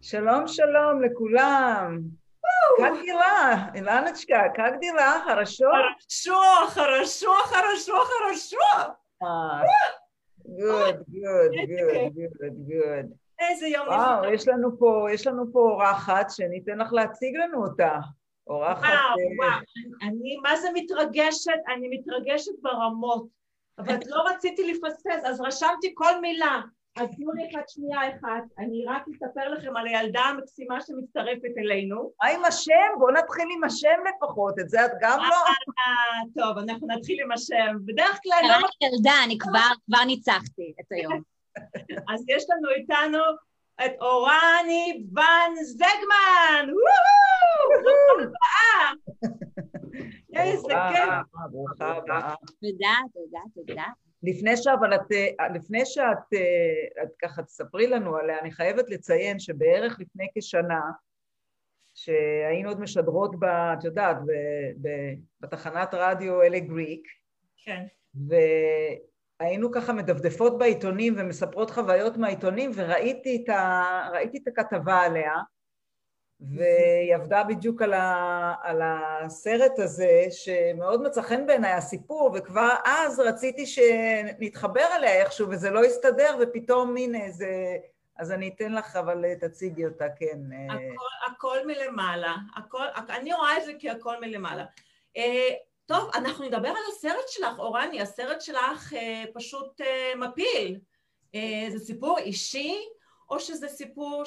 שלום שלום לכולם. Как дела? Иланочка, как дела? Хорошо? Хорошо, хорошо, хорошо, хорошо. Ah, good, good, good, good, good. איזה יום וואו, נפלא. יש לנו פה אורחת שניתן לך להציג לנו אותה. אורחת... וואו. אני מה זה מתרגשת? אני מתרגשת ברמות. אבל לא רציתי לפספס, אז רשמתי כל מילה. אז תנו לי שנייה אחת. אני רק אספר לכם על הילדה המקסימה שמצטרפת אלינו. מה עם השם? בואו נתחיל עם השם לפחות. את זה את גם לא? טוב, אנחנו נתחיל עם השם. בדרך כלל לא... רק ילדה, אני כבר ניצחתי את היום. אז יש לנו איתנו את אורני ון זגמן! ברוכה הבאה! איזה כיף! ברוכה הבאה. תודה. לפני שאת ככה תספרי לנו עליה, אני חייבת לציין שבערך לפני כשנה, שהיינו עוד משדרות, את יודעת, בתחנת רדיו אלה גריק, כן. והיינו ככה מדפדפות בעיתונים ומספרות חוויות מהעיתונים, וראיתי את הכתבה עליה, והיא עבדה בדיוק על הסרט הזה, שמאוד מצא חן בעיניי הסיפור, וכבר אז רציתי שנתחבר עליה איכשהו, וזה לא יסתדר, ופתאום הנה זה... אז אני אתן לך, אבל תציגי אותה, כן. הכל מלמעלה. אני רואה את זה כהכל מלמעלה. טוב, אנחנו נדבר על הסרט שלך, אורני. הסרט שלך פשוט מפיל. זה סיפור אישי, או שזה סיפור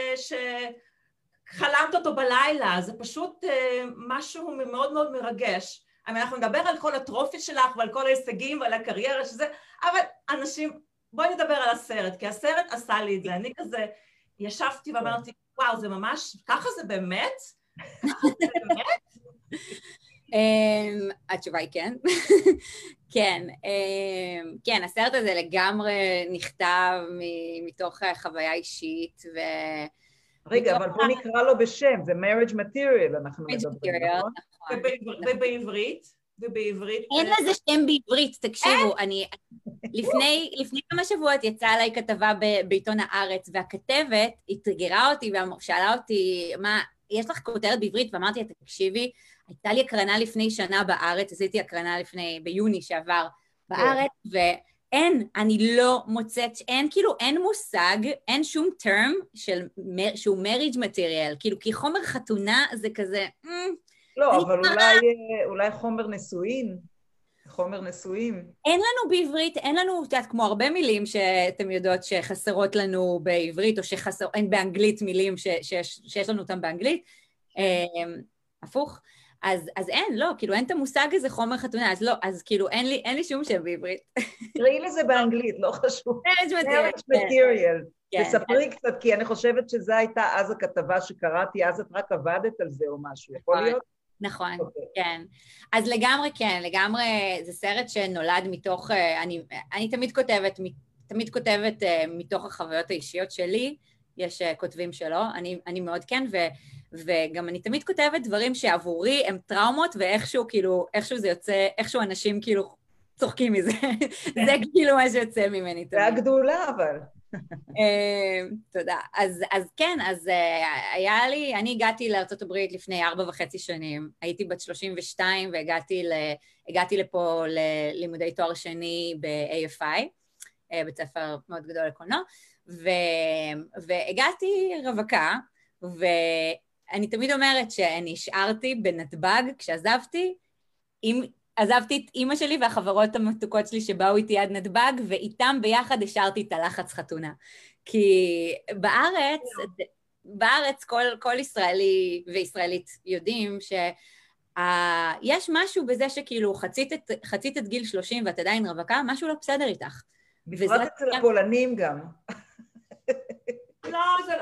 חלמת אותו בלילה, זה פשוט משהו מאוד מאוד מרגש. אנחנו נדבר על כל הטרופי שלך ועל כל ההישגים ועל הקריירה שזה, אבל אנשים, בואי נדבר על הסרט, כי הסרט עשה לי את זה. אני כזה ישבתי ואמרתי, וואו, זה ממש, ככה זה באמת? ככה זה באמת? התשובה היא כן. כן, הסרט הזה לגמרי נכתב מתוך חוויה אישית ו... רגע, אבל בוא נקרא לו בשם, זה marriage material, אנחנו מדברים, נכון? ובעברית? אין לזה שם בעברית, תקשיבו, לפני כמה שבועות יצאה עליי כתבה בעיתון הארץ, והכתבת התגרה אותי ושאלה אותי, מה, יש לך כותרת בעברית? ואמרתי, תקשיבי, הייתה לי הקרנה לפני שנה בארץ, עשיתי הקרנה ביוני שעבר בארץ, אין, אני לא מוצאת, אין מושג, אין שום term שהוא marriage material, כאילו, כי חומר חתונה זה כזה... לא, אבל אולי חומר נשואים, חומר נשואים. אין לנו בעברית, אין לנו, כמו הרבה מילים שאתם יודעות שחסרות לנו בעברית, או אין באנגלית מילים שיש לנו אותם באנגלית, הפוך. אז אין, לא, כאילו אין את המושג הזה חומר חתונה, אז לא, אז כאילו אין לי שום שם בעברית. תראי לזה באנגלית, לא חשוב. marriage material. תספרי קצת, כי אני חושבת שזו הייתה אז הכתבה שקראתי, אז את רק עבדת על זה או משהו, יכול להיות? נכון, כן. אז לגמרי כן, לגמרי זה סרט שנולד מתוך, אני תמיד כותבת מתוך החוויות האישיות שלי, יש כותבים שלו, אני מאוד כן, וגם אני תמיד כותבת דברים שעבורי הם טראומות, ואיכשהו כאילו, איכשהו זה יוצא, איכשהו אנשים כאילו צוחקים מזה. זה כאילו מה שיוצא ממני. זה הגדולה, אבל. תודה. אז כן, אז היה לי, אני הגעתי לארצות הברית לפני 4.5 שנים, הייתי בת 32 והגעתי לפה ללימודי תואר שני ב-AFI, בית ספר מאוד גדול לקולנוע, והגעתי רווקה, ואני תמיד אומרת שאני השארתי בנתב"ג, כשעזבתי, עזבתי את אמא שלי והחברות המתוקות שלי שבאו איתי עד נתב"ג, ואיתם ביחד השארתי את הלחץ חתונה. כי בארץ כל ישראלי וישראלית יודעים שיש משהו בזה שכאילו חצית את גיל 30 ואת עדיין רווקה, משהו לא בסדר איתך. בפרט אצל הפולנים גם. לא,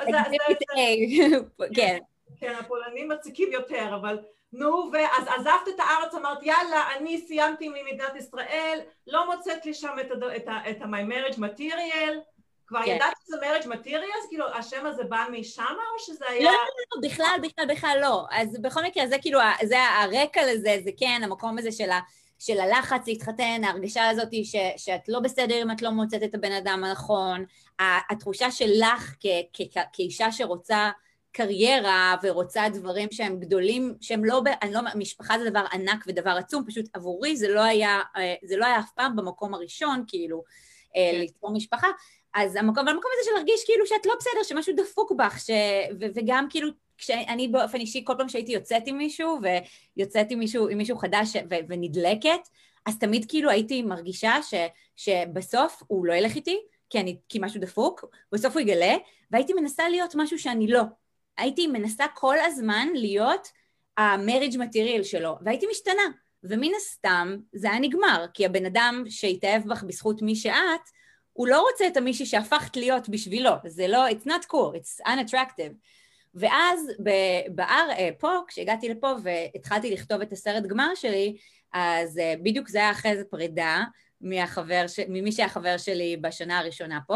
כן. כן, הפולנים מציקים יותר, אבל נו, ואז עזבת את הארץ, אמרת, יאללה, אני סיימתי ממדינת ישראל, לא מוצאת לי שם את my marriage material, כבר ידעת שזה marriage material, אז כאילו השם הזה בא משם, או שזה היה... לא, בכלל לא. אז בכל מקרה, זה כאילו, זה הרקע לזה, זה כן, המקום הזה של הלחץ להתחתן, ההרגשה הזאת שאת לא בסדר אם את לא מוצאת את הבן אדם הנכון, התחושה שלך כאישה שרוצה קריירה ורוצה דברים שהם גדולים, שהם לא, משפחה זה דבר ענק ודבר עצום, פשוט עבורי זה לא היה אף פעם במקום הראשון, כאילו, ליצור משפחה, אז המקום הזה של להרגיש כאילו שאת לא בסדר, שמשהו דפוק בך, וגם כאילו, כשאני באופן אישי, כל פעם שהייתי יוצאת עם מישהו, ויוצאת עם מישהו חדש ונדלקת, אז תמיד כאילו הייתי מרגישה שבסוף הוא לא ילך איתי, כי משהו דפוק, בסוף הוא יגלה, והייתי מנסה להיות משהו שאני לא. הייתי מנסה כל הזמן להיות המריג' מטריאל שלו, והייתי משתנה. ומן הסתם זה היה נגמר, כי הבן אדם שהתאהב בך בזכות מי שאת, הוא לא רוצה את המישהי שהפכת להיות בשבילו. זה לא, it's not cool, it's unattractive. ואז פה, כשהגעתי לפה והתחלתי לכתוב את הסרט גמר שלי, אז בדיוק זה היה אחרי זה פרידה ממי שהיה חבר שלי בשנה הראשונה פה,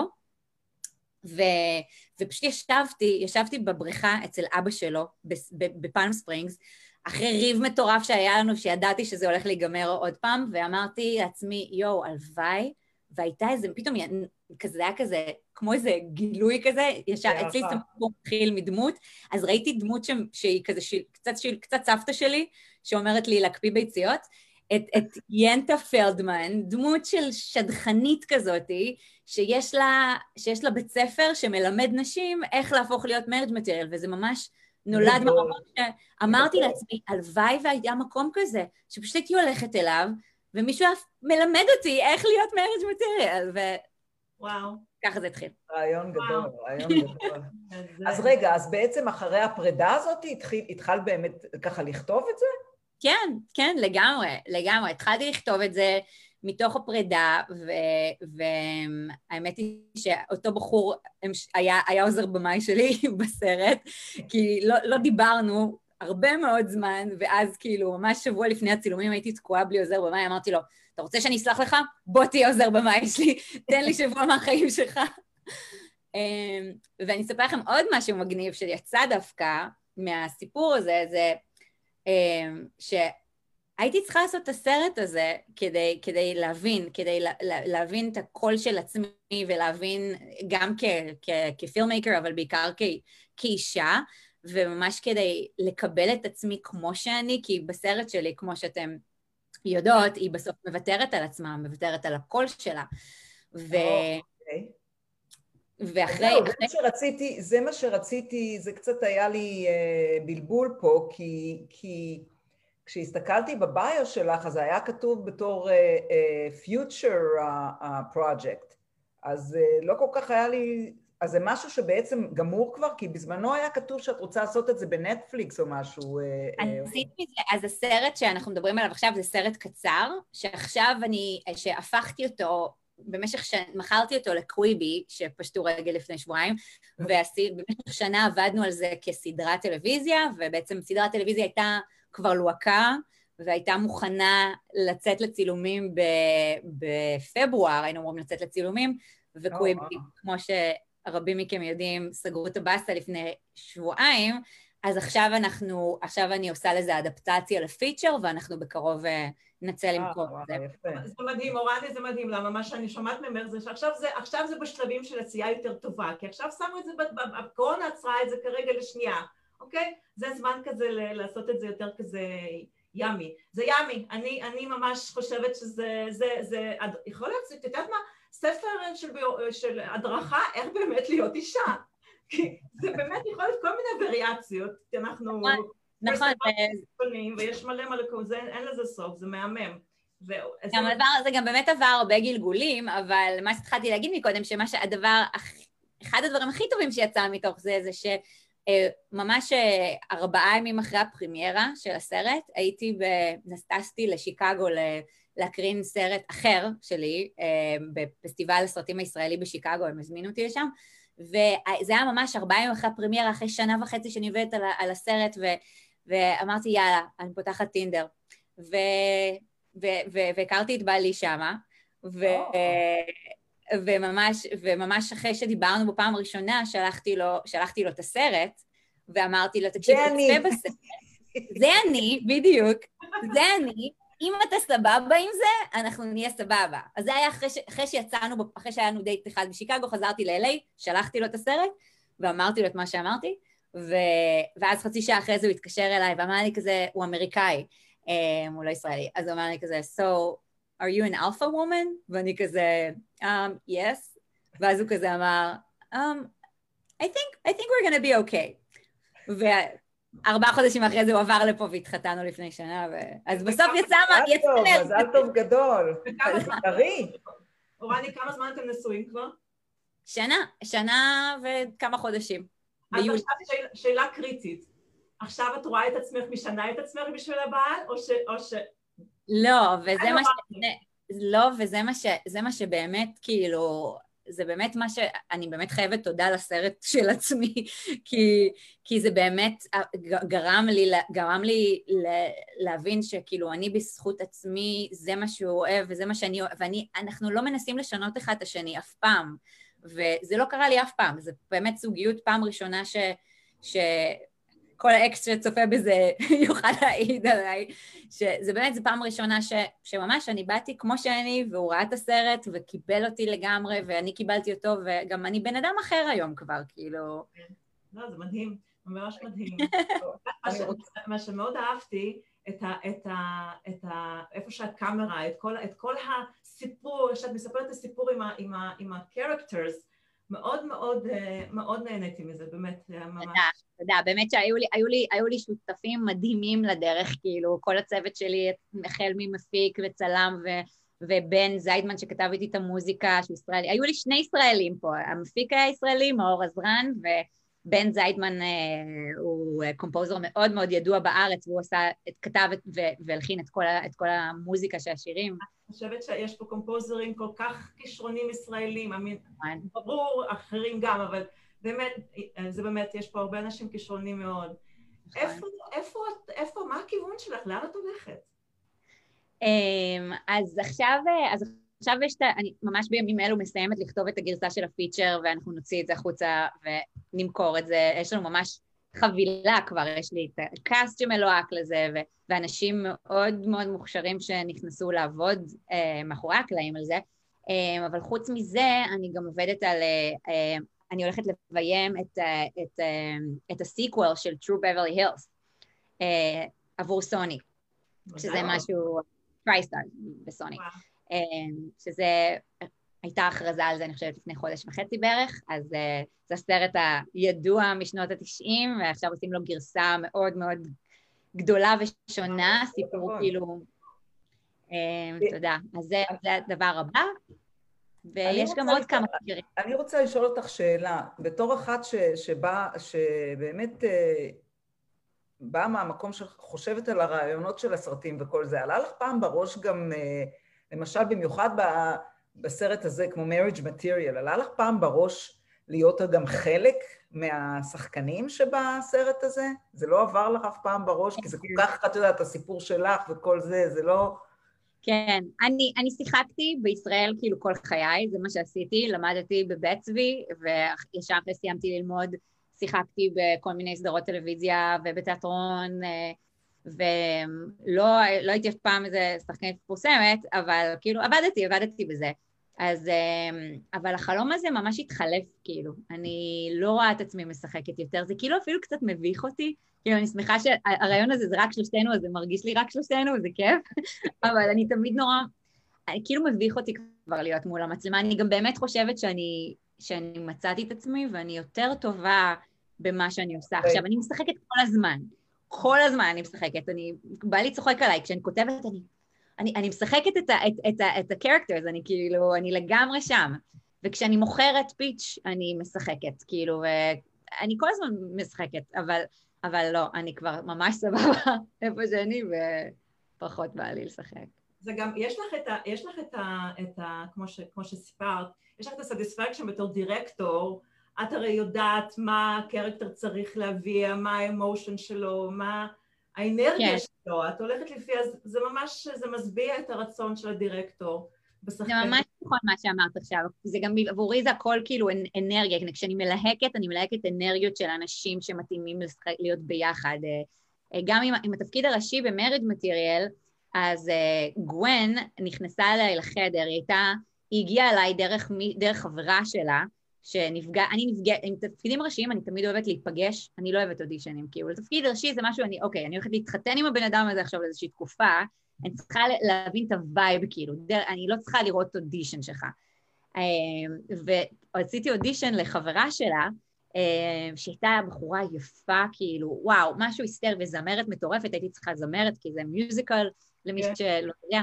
ופשוט ישבתי בבריכה אצל אבא שלו בפלם ספרינגס, אחרי ריב מטורף שהיה לנו, שידעתי שזה הולך להיגמר עוד פעם, ואמרתי לעצמי, הלוואי, והייתה איזה, פתאום כזה, היה כזה, כמו איזה גילוי כזה, אצלי סמכו מתחיל מדמות, אז ראיתי דמות שהיא כזה, קצת סבתא שלי, שאומרת לי להקפיא ביציות, את ינטה פלדמן, דמות של שדכנית כזאת, שיש לה בית ספר שמלמד נשים איך להפוך להיות מריג' מטריאל, וזה ממש נולד מהמקום שאמרתי לעצמי, הלוואי והיה מקום כזה, שפשוט הייתי הולכת אליו, ומישהו מלמד אותי איך להיות מריג' מטריאל, וואו. ככה זה התחיל. רעיון גדול, רעיון גדול. אז רגע, אז בעצם אחרי הפרידה הזאת התחל באמת ככה לכתוב את זה? כן, לגמרי. התחלתי לכתוב את זה מתוך הפרידה, והאמת היא שאותו בחור היה עוזר במאי שלי בסרט, כי לא דיברנו הרבה מאוד זמן, ואז כאילו ממש שבוע לפני הצילומים הייתי תקועה בלי עוזר במאי, אמרתי לו, אתה רוצה שאני אסלח לך? בוא תהיה עוזר במאי שלי, תן לי שבוע מהחיים שלך. ואני אספר לכם עוד משהו מגניב שיצא דווקא מהסיפור הזה, זה שהייתי צריכה לעשות את הסרט הזה כדי להבין את הקול של עצמי, ולהבין גם כפילמייקר, אבל בעיקר כאישה, וממש כדי לקבל את עצמי כמו שאני, כי בסרט שלי, כמו שאתם יודעות, היא בסוף מוותרת על עצמה, מוותרת על הקול שלה. ואחרי... זה מה שרציתי, זה קצת היה לי בלבול פה, כי כשהסתכלתי בביו שלך, אז זה היה כתוב בתור future project, אז לא כל כך היה לי... אז זה משהו שבעצם גמור כבר, כי בזמנו היה כתוב שאת רוצה לעשות את זה בנטפליקס או משהו. אז הסרט שאנחנו מדברים עליו עכשיו זה סרט קצר, שעכשיו שהפכתי אותו, מכרתי אותו לקוויבי, שפשטו רגל לפני שבועיים, ובמשך שנה עבדנו על זה כסדרת טלוויזיה, ובעצם סדרת טלוויזיה הייתה כבר לוהקה, והייתה מוכנה לצאת לצילומים בפברואר, היינו אמורים לצאת לצילומים, וקוויבי, כמו רבים מכם יודעים, סגרו את הבאסטה לפני שבועיים, אז עכשיו אני עושה לזה אדפטציה לפיצ'ר, ואנחנו בקרוב נצא למכור את זה. זה מדהים, אורלי, זה מדהים, למה מה שאני שומעת ממך זה שעכשיו זה בשלבים של עשייה יותר טובה, כי עכשיו שמו את זה, הקורונה עצרה את זה כרגע לשנייה, אוקיי? זה זמן כזה לעשות את זה יותר כזה ימי. זה ימי, אני ממש חושבת שזה, יכול להיות, את יודעת מה? ספר של הדרכה, איך באמת להיות אישה. כי זה באמת יכול להיות כל מיני וריאציות, כי אנחנו... נכון. ויש מלא, אין לזה סוף, זה מהמם. זה גם באמת עבר הרבה גלגולים, אבל מה שהתחלתי להגיד מקודם, אחד הדברים הכי טובים שיצא מתוך זה, זה שממש 4 ימים אחרי הפרימיירה של הסרט, נסטסתי לשיקגו להקרין סרט אחר שלי, בפסטיבל הסרטים הישראלי בשיקגו, הם הזמינו אותי לשם, וזה היה ממש 4 ימים אחרי הפרימיירה, אחרי 1.5 שנה שאני עובדת על הסרט, ואמרתי, יאללה, אני פותחת טינדר. והכרתי את בעלי שמה, וממש אחרי שדיברנו בפעם הראשונה, שלחתי לו את הסרט, ואמרתי לו, תקשיב, תצפה בסרט. זה אני, בדיוק, זה אני, אם אתה סבבה עם זה, אנחנו נהיה סבבה. אז זה היה אחרי שיצאנו, אחרי שהיה לנו דייט אחד בשיקגו, חזרתי ל-LA, שלחתי לו את הסרט, ואמרתי לו את מה שאמרתי, ואז חצי שעה אחרי זה הוא התקשר אליי, ואמר לי כזה, הוא אמריקאי, הוא לא ישראלי, אז הוא אמר לי כזה, So, are you an alpha woman? ואני כזה, yes. ואז הוא כזה אמר, I think we're gonna be okay. 4 חודשים אחרי זה הוא עבר לפה והתחתנו לפני שנה, אז בסוף יצא מזל טוב גדול. תראי. אורני, כמה זמן אתם נשואים כבר? שנה וכמה חודשים. אז עכשיו שאלה קריטית. עכשיו את רואה את עצמך, משנה את עצמך בשביל הבעל, או ש... לא, וזה מה שבאמת, כאילו, זה באמת מה שאני באמת חייבת תודה לסרט של עצמי, כי זה באמת גרם לי להבין שכאילו אני בזכות עצמי, זה מה שהוא אוהב וזה מה שאני אוהב, ואנחנו לא מנסים לשנות אחד את השני אף פעם, וזה לא קרה לי אף פעם, זה באמת זוגיות פעם ראשונה כל האקס שצופה בזה יוכל להעיד עליי, שזה באמת, זו פעם ראשונה שממש אני באתי כמו שאני, והוא ראה את הסרט וקיבל אותי לגמרי, ואני קיבלתי אותו, וגם אני בן אדם אחר היום כבר, כאילו... לא, זה מדהים, זה ממש מדהים. מה שמאוד אהבתי, איפה שהקאמרה, את כל הסיפור, שאת מספרת את הסיפור עם ה-characters, מאוד מאוד מאוד נהניתי מזה, באמת, ממש. תודה, באמת שהיו לי שותפים מדהימים לדרך, כאילו, כל הצוות שלי, החל ממפיק וצלם ובן זיידמן שכתב איתי את המוזיקה, שהוא ישראלי, היו לי 2 ישראלים פה, המפיק היה ישראלי, מאור עזרן, ובן זיידמן הוא קומפוזר מאוד מאוד ידוע בארץ, והוא כתב והלחין את כל המוזיקה של השירים. אני חושבת שיש פה קומפוזרים כל כך כישרונים ישראלים, ברור, אחרים גם, אבל באמת, זה באמת, יש פה הרבה אנשים כישרונים מאוד. איפה, מה הכיוון שלך? לאן את הולכת? אז עכשיו אני ממש בימים אלו מסיימת לכתוב את הגרסה של הפיצ'ר, ואנחנו נוציא את זה החוצה ונמכור את זה. יש לנו ממש חבילה כבר, יש לי את הקאסט שמלוהק לזה, ואנשים מאוד מאוד מוכשרים שנכנסו לעבוד מאחורי הקלעים על זה, אבל חוץ מזה אני גם עובדת על, אני הולכת לביים את הסיקוול של True Beverly Hills עבור סוני, שזה משהו, טרייסטאר בסוני, שזה הייתה הכרזה על זה, אני חושבת, לפני חודש וחצי בערך, אז זה הסרט הידוע משנות ה-90, ועכשיו עושים לו גרסה מאוד מאוד גדולה ושונה, סיפור כאילו, תודה. אז זה הדבר הבא, ויש גם עוד כמה סיפורים. אני רוצה לשאול אותך שאלה, בתור אחת שבאמת באה מהמקום שחושבת על הרעיונות של הסרטים וכל זה, עלה לך פעם בראש גם, למשל במיוחד בסרט הזה, כמו Marriage Material, עלה לך פעם בראש להיות גם חלק מהשחקנים שבסרט הזה? זה לא עבר לך אף פעם בראש? כי זה כל כך, את יודעת, הסיפור שלך וכל זה, זה לא... כן, אני שיחקתי בישראל כאילו כל חיי, זה מה שעשיתי, למדתי בבית צבי, וישר אחרי סיימתי ללמוד, שיחקתי בכל מיני סדרות טלוויזיה ובתיאטרון, ולא הייתי אף פעם איזה שחקנית מפורסמת, אבל כאילו עבדתי בזה. אז, אבל החלום הזה ממש התחלף, כאילו, אני לא רואה את עצמי משחקת יותר, זה כאילו אפילו קצת מביך אותי, כאילו אני שמחה שהרעיון הזה זה רק שלושתנו, אז זה מרגיש לי רק שלושתנו, זה כיף, אבל אני תמיד נורא, כאילו מביך אותי כבר להיות מול המצלמה, אני גם באמת חושבת שאני מצאתי את עצמי, ואני יותר טובה במה שאני עושה. עכשיו, אני משחקת כל הזמן אני משחקת, בא לי צוחק עליי, כשאני כותבת, אני משחקת את ה-characters, אני כאילו, אני לגמרי שם, וכשאני מוכרת פיץ' אני משחקת, כאילו, אני כל הזמן משחקת, אבל לא, אני כבר ממש סבבה איפה שאני, ופחות בא לי לשחק. זה גם, יש לך את ה, כמו שסיפרת, יש לך את הסטיספקשן בתור דירקטור, את הרי יודעת מה הקרקטר צריך להביא, מה האמושן שלו, מה האנרגיה שלו, את הולכת לפי, אז זה ממש, זה מסביע את הרצון של הדירקטור. זה ממש נכון מה שאמרת עכשיו, זה גם עבורי זה הכל כאילו אנרגיה, כשאני מלהקת, אני מלהקת אנרגיות של אנשים שמתאימים להיות ביחד. גם עם התפקיד הראשי במריג' מטריאל, אז גוון נכנסה אליי לחדר, היא הגיעה אליי דרך חברה שלה, עם תפקידים ראשיים אני תמיד אוהבת להיפגש, אני לא אוהבת אודישנים, כאילו לתפקיד ראשי זה משהו, אני הולכת להתחתן עם הבן אדם הזה עכשיו לאיזושהי תקופה, אני צריכה להבין את הווייב, כאילו, אני לא צריכה לראות אודישן שלך. ועשיתי אודישן לחברה שלה, שהייתה בחורה יפה, כאילו, וואו, משהו היסטר וזמרת מטורפת, הייתי צריכה זמרת, כי זה מיוזיקל, למי שלא יודע,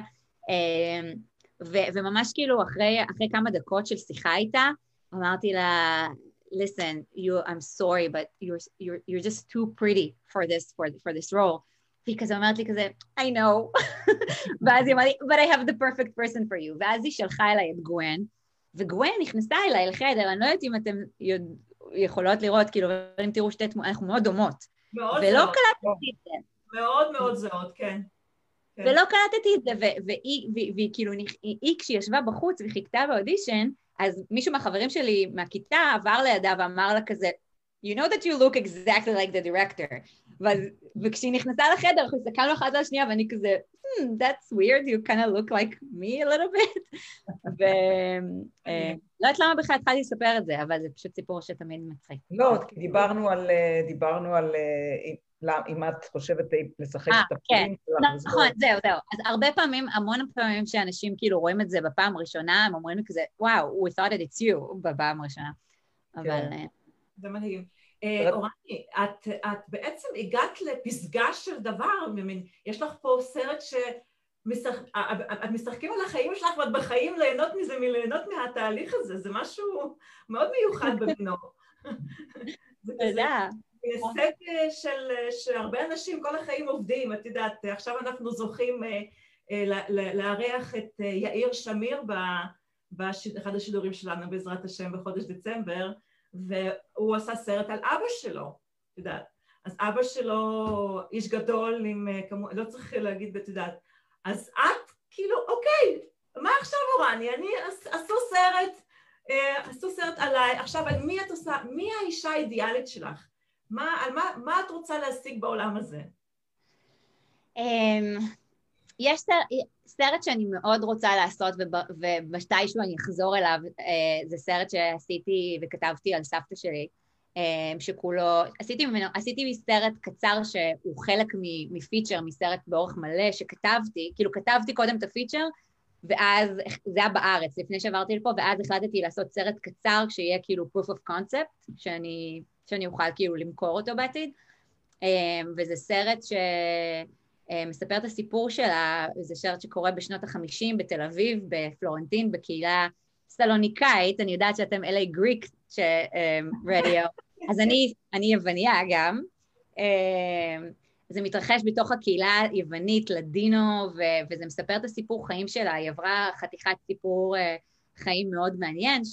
וממש כאילו, אחרי כמה דקות של שיחה איתה, אמרתי לה, listen, I'm sorry, but you're just too pretty for this role. והיא כזה אומרת לי כזה, I know. ואז היא אמרה לי, but I have the perfect person for you. ואז היא שלחה אליי את גוון, וגוון נכנסה אליי לחדר, אני לא יודעת אם אתם יכולות לראות, כאילו, אם תראו שתי תמונות, אנחנו מאוד דומות. מאוד ולא זהות. קלטתי את זה. מאוד מאוד זהות, כן. ולא קלטתי את זה, והיא כאילו, היא כשהיא ישבה בחוץ וחיכתה באודישן, אז מישהו מהחברים שלי מהכיתה עבר לידה ואמר לה כזה, you know that you look exactly like the director. וכשהיא נכנסה לחדר, אנחנו הסתכלנו אחת על השנייה, ואני כזה, that's weird, you kind of look like me a little bit. לא יודעת למה בכלל התחלתי לספר את זה, אבל זה פשוט סיפור שתמיד מצחיק. לא, כי דיברנו על אם את חושבת לשחק את הפעמים שלך. נכון, זהו. אז הרבה פעמים, המון פעמים שאנשים כאילו רואים את זה בפעם הראשונה, הם אומרים לי כזה, וואו, we thought that it's you בפעם הראשונה. אבל... זה מדהים. אורני, את בעצם הגעת לפסגה של דבר, יש לך פה סרט את משחקים על החיים שלך, ואת בחיים ליהנות מזה, ליהנות מהתהליך הזה, זה משהו מאוד מיוחד במינו. זה כזה הישג שהרבה אנשים כל החיים עובדים, את יודעת, עכשיו אנחנו זוכים לארח את יאיר שמיר באחד השידורים שלנו בעזרת השם בחודש דצמבר, והוא עשה סרט על אבא שלו, את יודעת. אז אבא שלו איש גדול עם כמובן, לא צריך להגיד, את יודעת. אז את כאילו, אוקיי, מה עכשיו אורני? עשו סרט עליי, עכשיו על מי את עושה, מי האישה האידיאלית שלך? מה את רוצה להשיג בעולם הזה? יש סרט שאני מאוד רוצה לעשות, ובשתישהו אני אחזור אליו, זה סרט שעשיתי וכתבתי על סבתא שלי, שכולו, עשיתי סרט קצר שהוא חלק מפיצ'ר, מסרט באורך מלא שכתבתי, כאילו כתבתי קודם את הפיצ'ר, ואז זה היה בארץ, לפני שעברתי לפה, ואז החלטתי לעשות סרט קצר, שיהיה כאילו proof of concept, שאני אוכל כאילו למכור אותו בעתיד, וזה סרט שמספר את הסיפור שלה, זה סרט שקורה בשנות ה-50 בתל אביב, בפלורנטין, בקהילה סלוניקאית, אני יודעת שאתם LA גריק רדיו, אז אני יווניה גם, זה מתרחש בתוך הקהילה היוונית, לדינו, וזה מספר את הסיפור חיים שלה, היא עברה חתיכת סיפור חיים מאוד מעניין,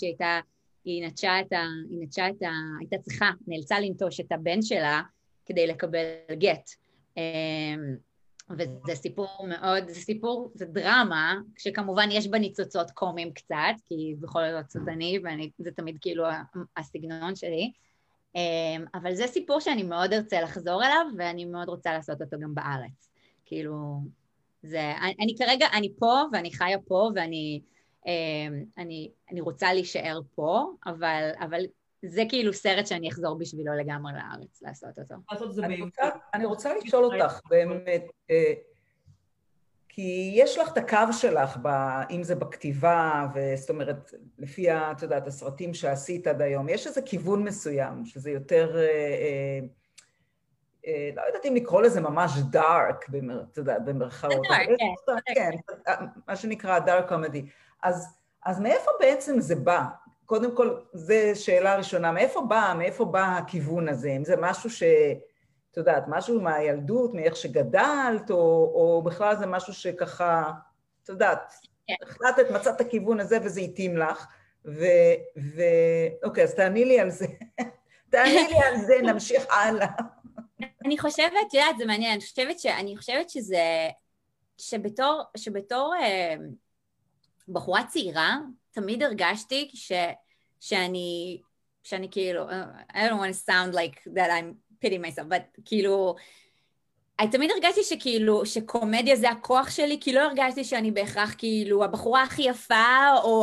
הייתה צריכה, נאלצה לנטוש את הבן שלה, כדי לקבל גט. וזה סיפור מאוד, זה דרמה, שכמובן יש בה ניצוצות קומיים קצת, כי בכל זאת סודני, וזה תמיד כאילו הסגנון שלי, אבל זה סיפור שאני מאוד ארצה לחזור אליו, ואני מאוד רוצה לעשות אותו גם בארץ. כאילו, אני כרגע, אני פה, ואני חיה פה, ואני רוצה להישאר פה, אבל זה כאילו סרט שאני אחזור בשבילו לגמרי לארץ לעשות אותו. אני רוצה לשאול אותך באמת, כי יש לך את הקו שלך, אם זה בכתיבה, וזאת אומרת, לפי, את יודעת, הסרטים שעשית עד היום, יש איזה כיוון מסוים, שזה יותר, לא יודעת אם לקרוא לזה ממש דארק, במרכאות. כן, מה שנקרא דארק קומדי. אז מאיפה בעצם זה בא? קודם כל, זו שאלה ראשונה, מאיפה בא הכיוון הזה? אם זה משהו את יודעת, משהו מהילדות, מאיך שגדלת, או בכלל זה משהו שככה, את יודעת, החלטת, מצאת הכיוון הזה וזה התאים לך, אוקיי, אז תעני לי על זה. נמשיך הלאה. אני חושבת, את יודעת, זה מעניין, אני חושבת שבתור בחורה צעירה, תמיד הרגשתי שאני כאילו, I don't want to sound like that I'm pity myself, but כאילו, אני תמיד הרגשתי שכאילו, שקומדיה זה הכוח שלי, כי לא הרגשתי שאני בהכרח כאילו הבחורה הכי יפה, או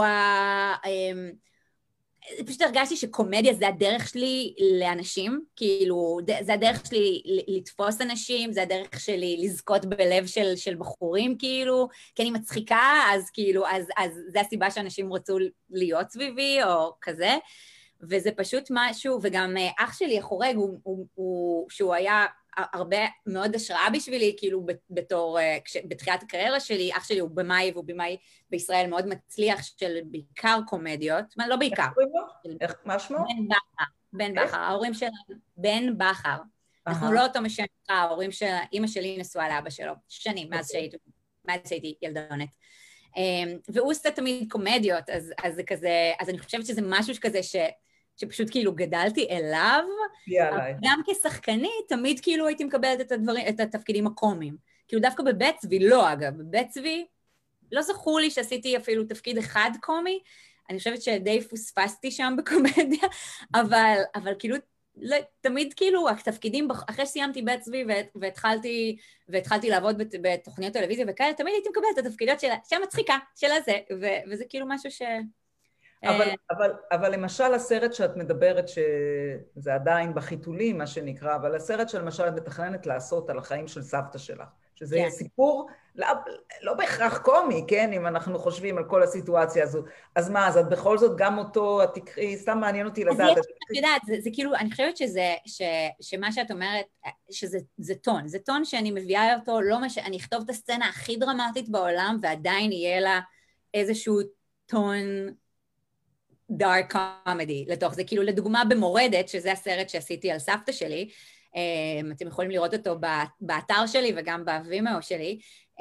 פשוט הרגשתי שקומדיה זה הדרך שלי לאנשים, כאילו, זה הדרך שלי לתפוס אנשים, זה הדרך שלי לזכות בלב של בחורים, כאילו, כי אני מצחיקה, אז כאילו, אז זה הסיבה שאנשים רצו להיות סביבי, או כזה, וזה פשוט משהו, וגם אח שלי החורג, שהוא היה הרבה מאוד השראה בשבילי, כאילו בתור, בתחילת הקריירה שלי, אח שלי הוא במאי, והוא במאי בישראל מאוד מצליח של בעיקר קומדיות, לא בעיקר. איך קוראים לו? מה שמו? בן בכר, בן בכר, ההורים שלנו, בן בכר. אנחנו לא אותו משם, ההורים של, אמא שלי נשואה לאבא שלו, שנים, מאז שהייתי ילדונת. והוא עושה תמיד קומדיות, אז זה כזה, אז אני חושבת שזה משהו כזה שפשוט כאילו גדלתי אליו, גם כשחקנית, תמיד כאילו הייתי מקבלת את התפקידים הקומיים. כאילו דווקא בבית צבי, לא אגב, בבית צבי, לא זכור לי שעשיתי אפילו תפקיד אחד קומי, אני חושבת שדי פוספסתי שם בקומדיה, אבל כאילו, תמיד כאילו התפקידים, אחרי שסיימתי בית צבי והתחלתי לעבוד בתוכניות טלוויזיה וכאלה, תמיד הייתי מקבלת את התפקידות של המצחיקה, של הזה, וזה כאילו משהו ש... אבל למשל הסרט שאת מדברת, שזה עדיין בחיתולים, מה שנקרא, אבל הסרט שלמשל את מתכננת לעשות על החיים של סבתא שלך, שזה סיפור לא בהכרח קומי, כן, אם אנחנו חושבים על כל הסיטואציה הזו. אז מה, אז את בכל זאת גם אותו, את תקחי, סתם מעניין אותי לדעת. אז יש, יודעת, זה כאילו, אני חושבת שמה שאת אומרת, שזה טון, זה טון שאני מביאה אותו, לא אני אכתוב את הסצנה הכי דרמטית בעולם, ועדיין יהיה לה איזשהו טון דארק קומדי לתוך זה. כאילו לדוגמה במורדת, שזה הסרט שעשיתי על סבתא שלי, אתם יכולים לראות אותו באתר שלי וגם בווימאו שלי,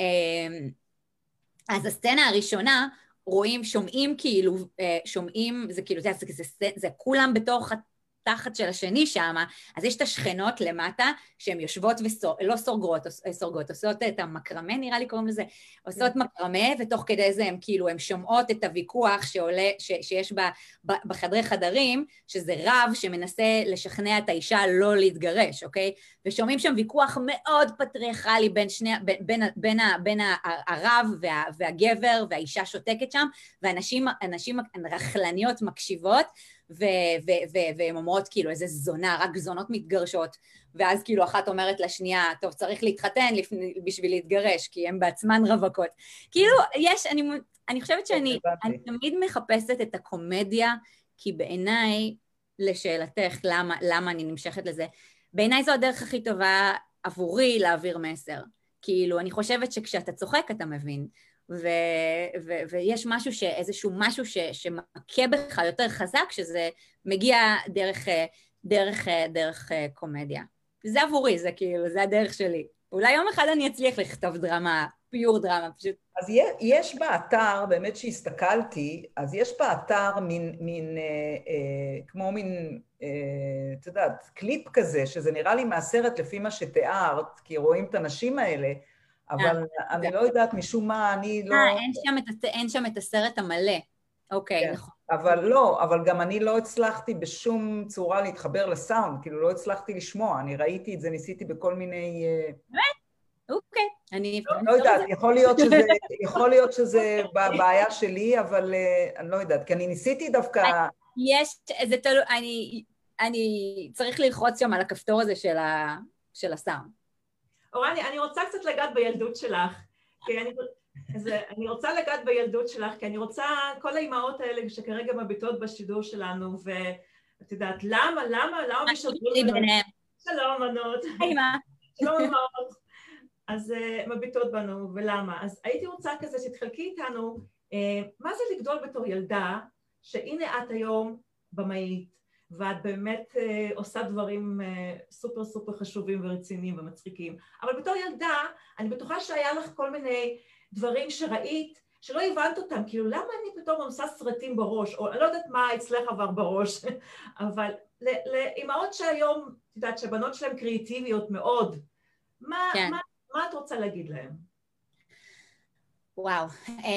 אז הסצנה הראשונה, רואים, שומעים כאילו, שומעים, זה כאילו, זה כולם בתוך התחת של השני שם, אז יש את השכנות למטה, שהן יושבות ולא סורגות, עושות את המקרמה, נראה לי קוראים לזה, עושות מקרמה, ותוך כדי זה הן כאילו, הן שומעות את הוויכוח שעולה, שיש בחדרי חדרים, שזה רב שמנסה לשכנע את האישה לא להתגרש, אוקיי? ושומעים שם ויכוח מאוד פטריארכלי בין הרב והגבר, והאישה שותקת שם, ואנשים רכלניות מקשיבות, והן אומרות כאילו איזה זונה, רק זונות מתגרשות, ואז כאילו אחת אומרת לשנייה, טוב, צריך להתחתן בשביל להתגרש, כי הן בעצמן רווקות. כאילו, אני חושבת שאני תמיד מחפשת את הקומדיה, כי בעיניי, לשאלתך, למה אני נמשכת לזה, בעיניי זו הדרך הכי טובה עבורי להעביר מסר. כאילו, אני חושבת שכשאתה צוחק אתה מבין, ויש משהו איזשהו משהו שמכה בך יותר חזק, שזה מגיע דרך קומדיה. זה עבורי, זה כאילו, זה הדרך שלי. אולי יום אחד אני אצליח לכתוב דרמה, פיור דרמה, פשוט. אז יש באתר, באמת שהסתכלתי, אז יש באתר כמו מין, אתה יודעת, קליפ כזה, שזה נראה לי מהסרט לפי מה שתיארת, כי רואים את הנשים האלה, אבל אני לא יודעת משום מה, אני לא... אין שם את הסרט המלא. אוקיי, נכון. אבל לא, אבל גם אני לא הצלחתי בשום צורה להתחבר לסאונד, כאילו לא הצלחתי לשמוע, אני ראיתי את זה, ניסיתי בכל מיני... באמת? אוקיי. אני לא יודעת, יכול להיות שזה בבעיה שלי, אבל אני לא יודעת, כי אני ניסיתי דווקא... זה תלוי, אני צריך ללחוץ שם על הכפתור הזה של הסאונד. אורני, אני רוצה קצת לגעת בילדות שלך, כי אני רוצה לגעת בילדות שלך, כי אני רוצה, כל האימהות האלה שכרגע מביטות בשידור שלנו, ואת יודעת, למה משדרות לנו? שלום, מנות. שלום, אמהות. אז מביטות בנו, ולמה? אז הייתי רוצה כזה שתחלקי איתנו, מה זה לגדול בתור ילדה, שהנה את היום במאית, ואת באמת עושה דברים סופר סופר חשובים ורציניים ומצחיקים. אבל בתור ילדה, אני בטוחה שהיה לך כל מיני דברים שראית, שלא הבנת אותם, כאילו למה אני פתאום עושה סרטים בראש, או אני לא יודעת מה אצלך עבר בראש, אבל לאמהות שהיום, את יודעת שהבנות שלהן קריאטיביות מאוד, מה את רוצה להגיד להן? וואו,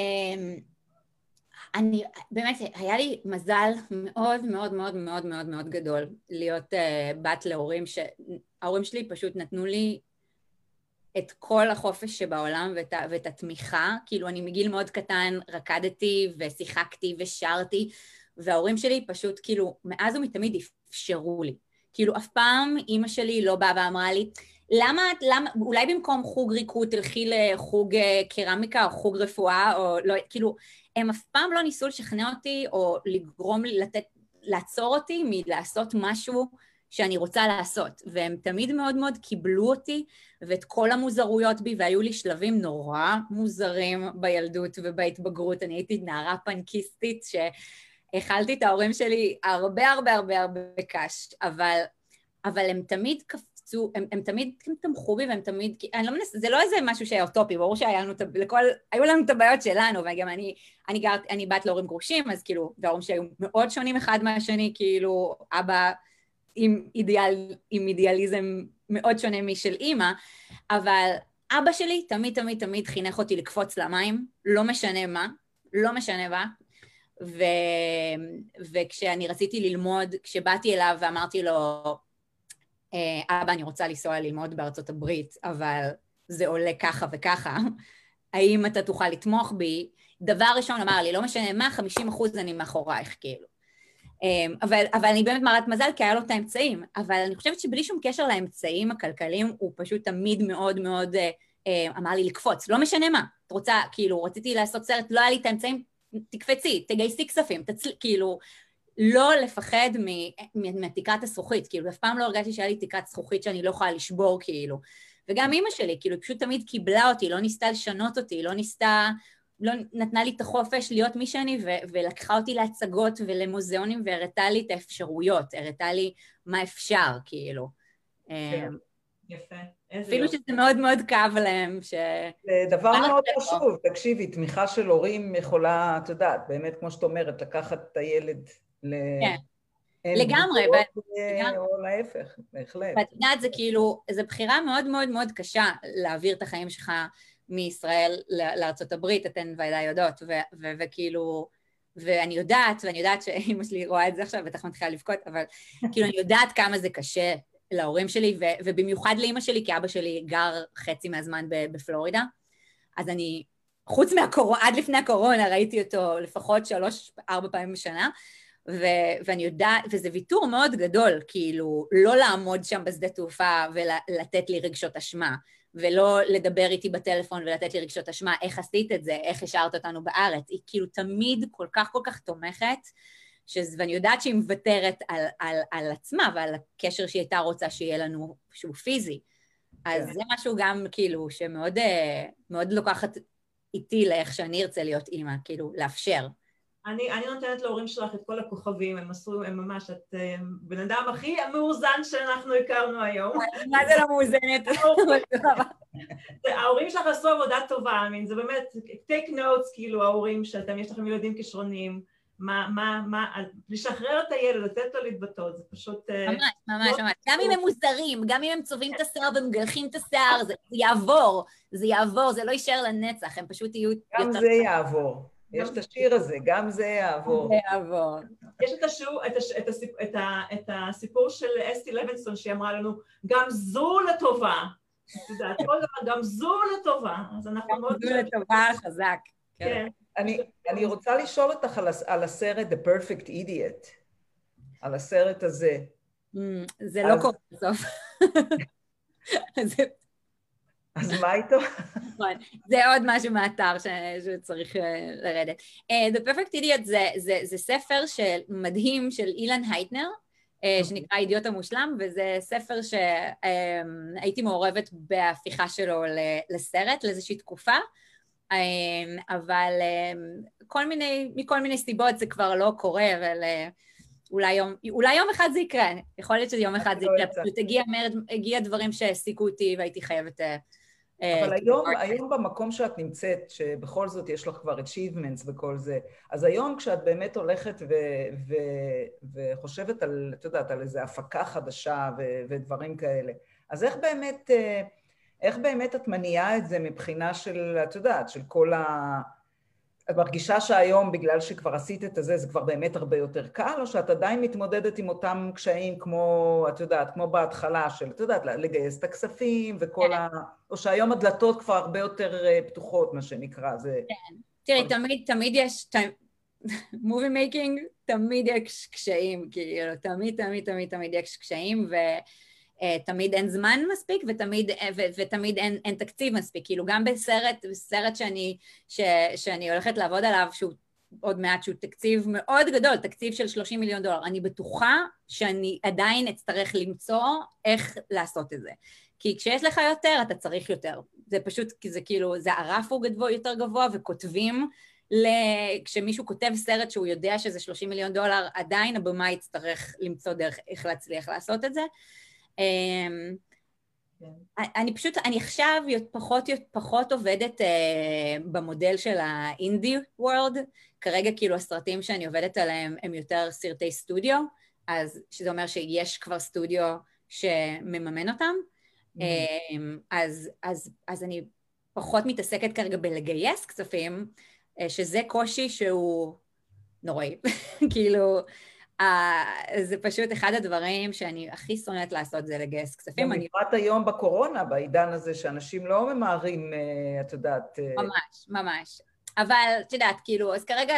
באמת, היה לי מזל מאוד מאוד מאוד מאוד מאוד מאוד גדול להיות בת להורים, שההורים שלי פשוט נתנו לי את כל החופש שבעולם ואת התמיכה. כאילו, אני מגיל מאוד קטן רקדתי ושיחקתי ושרתי, וההורים שלי פשוט, כאילו, מאז ומתמיד אפשרו לי. כאילו, אף פעם אמא שלי לא באה ואמרה לי, למה, אולי במקום חוג ריקוד תלכי לחוג קרמיקה או חוג רפואה, או לא, כאילו, הם אף פעם לא ניסו לשכנע אותי או לגרום לי לעצור אותי מלעשות משהו שאני רוצה לעשות, והם תמיד מאוד מאוד קיבלו אותי ואת כל המוזרויות בי, והיו לי שלבים נורא מוזרים בילדות ובהתבגרות. אני הייתי נערה פנקיסטית שהאכלתי את ההורים שלי הרבה הרבה הרבה הרבה קש, אבל הם תמיד קפצו, הם תמיד תמכו בי, והם תמיד, אני לא מנסה, זה לא איזה משהו שהיה אוטופי, ברור היו לנו את הבעיות שלנו, וגם אני בת להורים גרושים, אז כאילו, וההורים שהיו מאוד שונים אחד מהשני, כאילו, אבא עם אידיאליזם מאוד שונה משל אימא, אבל אבא שלי תמיד תמיד תמיד חינך אותי לקפוץ למים, לא משנה מה, לא משנה מה, וכשאני רציתי ללמוד, כשבאתי אליו ואמרתי לו, אבא, אני רוצה לנסוע ללמוד בארצות הברית, אבל זה עולה ככה וככה, האם אתה תוכל לתמוך בי? דבר ראשון אמר לי, לא משנה מה, 50% אני מאחורייך, כאילו. אבל אני באמת מראת מזל, כי היה לו את האמצעים, אבל אני חושבת שבלי שום קשר לאמצעים הכלכליים, הוא פשוט תמיד מאוד מאוד אמר לי לקפוץ, לא משנה מה, את רוצה, כאילו, רציתי לעשות סרט, לא היה לי את האמצעים, תקפצי, תגייסי כספים, כאילו, לא לפחד מתקרת הזכוכית, כאילו, אף פעם לא הרגשתי שהיה לי תקרת זכוכית שאני לא יכולה לשבור, כאילו, וגם אמא שלי, כאילו, היא פשוט תמיד קיבלה אותי, לא ניסתה לשנות אותי, לא נתנה לי את החופש להיות מי שאני, ולקחה אותי להצגות ולמוזיאונים, והראתה לי את האפשרויות, הראתה לי מה אפשר, כאילו. יפה. אפילו שזה מאוד מאוד כאב להם. זה דבר מאוד חשוב, תקשיבי, תמיכה של הורים יכולה, את יודעת, באמת, כמו שאת אומרת, לקחת את הילד לגמרי. או להפך, בהחלט. ואת יודעת, זה כאילו, זו בחירה מאוד מאוד מאוד קשה להעביר את החיים שלך מישראל לארצות הברית, אתן ודאי יודעות, וכאילו, ואני יודעת שאמא שלי רואה את זה עכשיו, בטח מתחילה לבכות, אבל כאילו אני יודעת כמה זה קשה להורים שלי, ובמיוחד לאמא שלי, כי אבא שלי גר חצי מהזמן בפלורידה, אז אני, חוץ עד לפני הקורונה, ראיתי אותו לפחות 3-4 פעמים בשנה, ואני יודעת, וזה ויתור מאוד גדול, כאילו, לא לעמוד שם בשדה תעופה ולתת לי רגשות אשמה, ולא לדבר איתי בטלפון ולתת לי רגשות אשמה, איך עשית את זה, איך השארת אותנו בארץ. היא כאילו תמיד כל כך תומכת, ואני יודעת שהיא מוותרת על עצמה ועל הקשר שהיא הייתה רוצה שיהיה לנו שהוא פיזי. אז זה משהו גם כאילו שמאוד מאוד לוקחת איתי לאיך שאני ארצה להיות אימא, כאילו לאפשר. אני נותנת להורים שלך את כל הכוכבים, הם ממש, את בן אדם הכי מאוזן שאנחנו הכרנו היום. מה זה לא מאוזנת? ההורים שלך עשו עבודה טובה, זה באמת, take notes, כאילו, ההורים שאתם, יש לכם ילדים כישרוניים, לשחרר את הילד, לתת לו להתבטאות, זה פשוט... ממש. גם אם הם מוזרים, גם אם הם צובעים את השיער ומגלחים את השיער, זה יעבור, זה לא יישאר לנצח, הם פשוט יהיו... גם זה יעבור. יש את השיר הזה, גם זה יעבור. זה יעבור. יש את הסיפור של אסתי לוינסון, שהיא אמרה לנו, גם זו לטובה. אתה יודעת, כל דבר, גם זו לטובה. אז אנחנו מאוד... זו לטובה, חזק. כן. אני רוצה לשאול אותך על הסרט The Perfect Idiot, על הסרט הזה. זה לא קורה בסוף. אז מה איתו? זה עוד משהו מהאתר שצריך לרדת. The Perfect Idiot זה ספר מדהים של אילן הייטנר, שנקרא אידיוט המושלם, וזה ספר שהייתי מעורבת בהפיכה שלו לסרט, לאיזושהי תקופה, אבל מכל מיני סיבות זה כבר לא קורה, אבל אולי יום אחד זה יקרה, יכול להיות שיום אחד זה יקרה, פשוט הגיע דברים שהעסיקו אותי והייתי חייבת... אבל היום במקום שאת נמצאת, שבכל זאת יש לך כבר achievements וכל זה, אז היום כשאת באמת הולכת וחושבת על, את יודעת, על איזו הפקה חדשה ודברים כאלה, אז איך באמת את מניעה את זה מבחינה של, את יודעת, של כל את מרגישה שהיום, בגלל שכבר עשית את זה, זה כבר באמת הרבה יותר קל, או שאת עדיין מתמודדת עם אותם קשיים כמו, את יודעת, כמו בהתחלה של, את יודעת, לגייס את הכספים וכל ה... או שהיום הדלתות כבר הרבה יותר פתוחות, מה שנקרא, זה... כן. תראי, תמיד יש... מובי מייקינג, תמיד יש קשיים, כאילו, תמיד יש קשיים, ותמיד אין זמן מספיק, ותמיד אין תקציב מספיק, כאילו גם בסרט שאני הולכת לעבוד עליו, שהוא עוד מעט, שהוא תקציב מאוד גדול, תקציב של $30 מיליון, אני בטוחה שאני עדיין אצטרך למצוא איך לעשות את זה. כי כשיש לך יותר, אתה צריך יותר. זה פשוט, זה כאילו, זה הרף הוא יותר גבוה, וכותבים, כשמישהו כותב סרט שהוא יודע שזה $30 מיליון, עדיין הבמה יצטרך למצוא דרך איך להצליח לעשות את זה. אני עכשיו פחות עובדת במודל של האינדי וורלד, כרגע כאילו הסרטים שאני עובדת עליהם הם יותר סרטי סטודיו, אז שזה אומר שיש כבר סטודיו שמממן אותם, אז אני פחות מתעסקת כרגע בלגייס כספים, שזה קושי שהוא נוראי. כאילו, זה פשוט אחד הדברים שאני הכי שונאת לעשות, זה לגייס כספים. בפרט היום בקורונה, בעידן הזה, שאנשים לא ממהרים, את יודעת... ממש. אבל, את יודעת, כאילו, אז כרגע,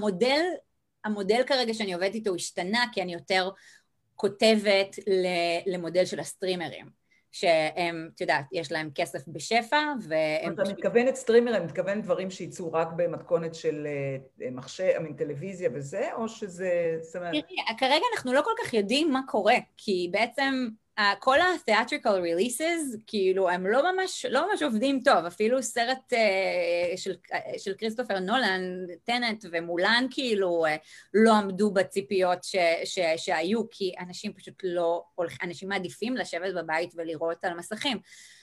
המודל כרגע שאני עובדת איתו השתנה, כי אני יותר כותבת למודל של הסטרימרים. שהם, את יודעת, יש להם כסף בשפע, והם... אתה מתכוונת סטרימר, הם מתכוונת דברים שייצאו רק במתכונת של מחשב, טלוויזיה וזה, או שזה... תראי, כרגע אנחנו לא כל כך יודעים מה קורה, כי בעצם כל ה-theatrical releases, כאילו, הם לא ממש עובדים טוב, אפילו סרט של כריסטופר נולן, טנט ומולן, כאילו, לא עמדו בציפיות שהיו, כי אנשים פשוט לא, אנשים מעדיפים לשבת בבית ולראות על מסכים.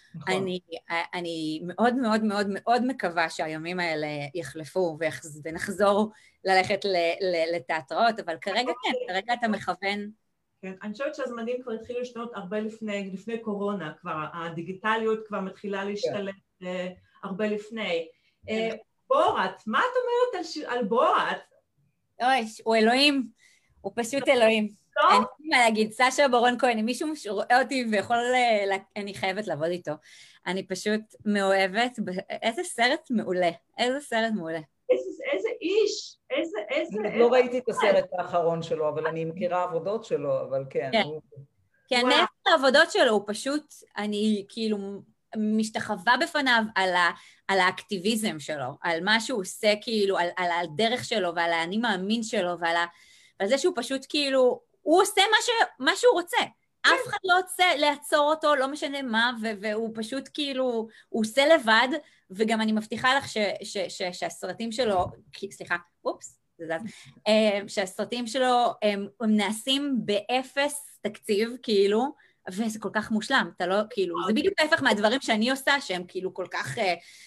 אני מאוד מאוד מאוד מאוד מקווה שהימים האלה יחלפו ונחזור ללכת לתיאטראות, אבל כרגע כן, כרגע אתה מכוון... כן, אני חושבת שהזמנים כבר התחילו להשתנות הרבה לפני קורונה, כבר הדיגיטליות כבר מתחילה להשתלט הרבה לפני. בורת, מה את אומרת על בורת? אוי, הוא אלוהים, הוא פשוט אלוהים. לא? אין לי מה להגיד, סשה ברון כהן, אם מישהו רואה אותי ויכול, אני חייבת לעבוד איתו. אני פשוט מאוהבת, איזה סרט מעולה, איזה סרט מעולה. איזה איש, איזה... לא ראיתי את הסרט האחרון שלו, אבל אני מכירה עבודות שלו, אבל כן. כן, מעבר לעבודות שלו, הוא פשוט, אני כאילו משתחווה בפניו על האקטיביזם שלו, על מה שהוא עושה כאילו, על הדרך שלו ועל האני מאמין שלו ועל זה שהוא פשוט כאילו, הוא עושה מה שהוא רוצה. אף אחד לא רוצה לעצור אותו, לא משנה מה, והוא פשוט כאילו, הוא עושה לבד, וגם אני מבטיחה לך שהסרטים שלו, סליחה, אופס, זה זז, שהסרטים שלו הם נעשים באפס תקציב, כאילו, וזה כל כך מושלם, אתה לא, כאילו, זה בדיוק ההפך מהדברים שאני עושה, שהם כאילו כל כך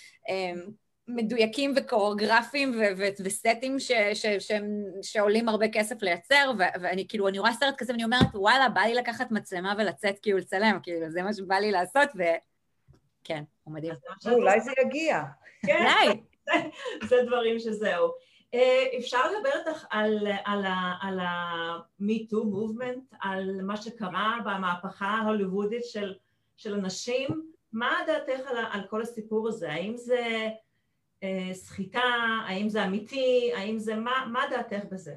מדויקים וקוריאוגרפיים וסטים שעולים הרבה כסף לייצר, ואני כאילו, אני רואה סרט כזה ואני אומרת, וואלה, בא לי לקחת מצלמה ולצאת כאילו לצלם, כאילו, זה מה שבא לי לעשות, וכן, הוא מדהים. אולי זה יגיע. כן, זה דברים שזהו. אפשר לדבר איתך על ה-Me Too movement, על מה שקרה במהפכה ההוליוודית של אנשים, מה דעתך על כל הסיפור הזה? האם זה סחיטה, האם זה אמיתי, האם זה, מה דעתך בזה?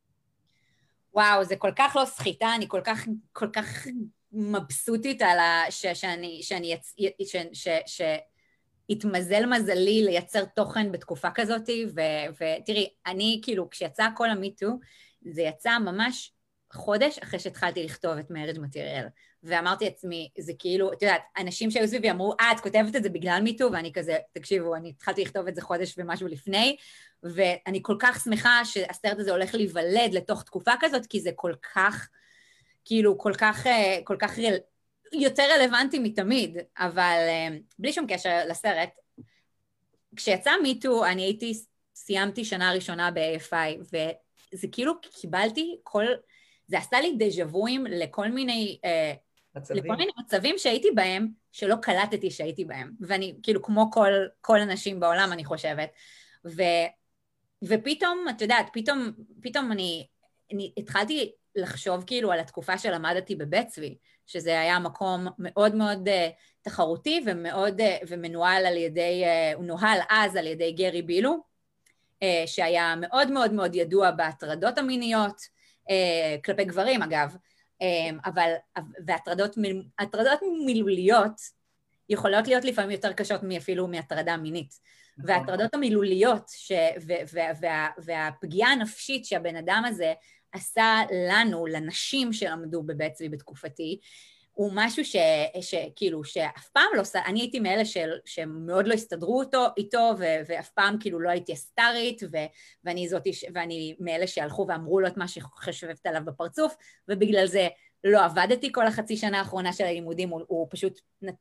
וואו, זה כל כך לא סחיטה, אני כל כך מבסוטית על שהתמזל מזלי לייצר תוכן בתקופה כזאת, ותראי, אני כאילו, כשיצא כל המיטו, זה יצא ממש חודש אחרי שהתחלתי לכתוב את מרג' מטריאל, ואמרתי לעצמי, זה כאילו, את יודעת, אנשים שהיו סביבי אמרו, את כותבת את זה בגלל מיטו, ואני כזה, תקשיבו, אני התחלתי לכתוב את זה חודש ומשהו לפני, ואני כל כך שמחה שהסרט הזה הולך להיוולד לתוך תקופה כזאת, כי זה כל כך, כאילו, כל כך יותר רלוונטי מתמיד, אבל בלי שום קשר לסרט, כשיצא מיטו, אני סיימתי שנה ראשונה ב-AFI, וזה כאילו קיבלתי זה עשה לי דז'בואים לכל מיני מצבים שהייתי בהם, שלא קלטתי שהייתי בהם, ואני כאילו כמו כל הנשים בעולם, אני חושבת, ופתאום, את יודעת, פתאום אני התחלתי לחשוב כאילו על התקופה שלמדתי בבית צבי, שזה היה מקום מאוד מאוד תחרותי ומנוהל על ידי, הוא נוהל אז על ידי גרי בילו, שהיה מאוד מאוד מאוד ידוע בהטרדות המיניות, כלפי גברים אגב, והטרדות מילוליות יכולות להיות לפעמים יותר קשות אפילו מהטרדה מינית. וההטרדות המילוליות והפגיעה הנפשית שהבן אדם הזה עשה לנו, לנשים שלמדו בבית צבי בתקופתי, הוא משהו שכאילו, שאף פעם לא, אני הייתי מאלה שמאוד לא הסתדרו איתו, ואף פעם כאילו לא הייתי אסטרית, ואני מאלה שהלכו ואמרו לו את מה שחשבת עליו בפרצוף, ובגלל זה לא עבדתי כל החצי שנה האחרונה של הלימודים, הוא פשוט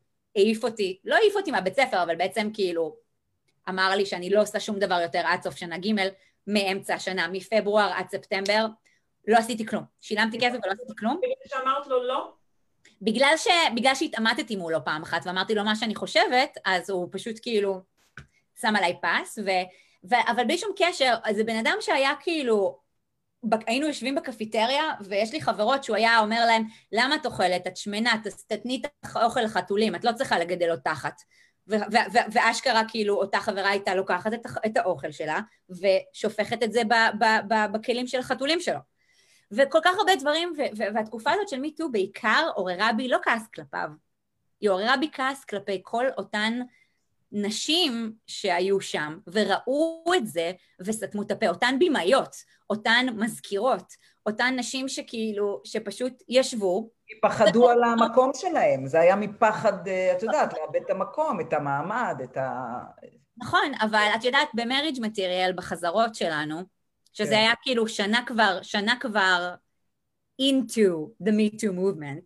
לא העיף אותי מהבית ספר, אבל בעצם כאילו אמר לי שאני לא עושה שום דבר יותר עד סוף שנה ג' מאמצע השנה, מפברואר עד ספטמבר, לא עשיתי כלום. שילמתי כסף ולא עשיתי כלום. בגלל שאמרת לו לא? בגלל שהתעמתתי מולו פעם אחת, ואמרתי לו מה שאני חושבת, אז הוא פשוט כאילו שם עליי פס, אבל בלי שום קשר, זה בן אדם שהיה כאילו, היינו יושבים בקפיטריה, ויש לי חברות שהוא היה אומר להם, למה את אוכלת? את שמנה, תתני את האוכל לחתולים, את לא צריכה לגדל לו תחת. ואשכרה כאילו אותה חברה הייתה לוקחת את האוכל שלה, ושופכת את זה בכלים של החתולים שלו. וכל כך הרבה דברים, והתקופה הזאת של מיטו בעיקר עוררה בי לא כעס כלפיו, היא עוררה בי כעס כלפי כל אותן נשים שהיו שם, וראו את זה וסתמו את הפה, אותן בימאיות, אותן מזכירות, אותן נשים שכאילו, שפשוט ישבו. פחדו על המקום שלהם, זה היה מפחד, את יודעת, לאבד את המקום, את המעמד, את ה... נכון, אבל את יודעת, במריג' מטריאל, בחזרות שלנו, שזה היה כאילו שנה כבר into the Me Too movement,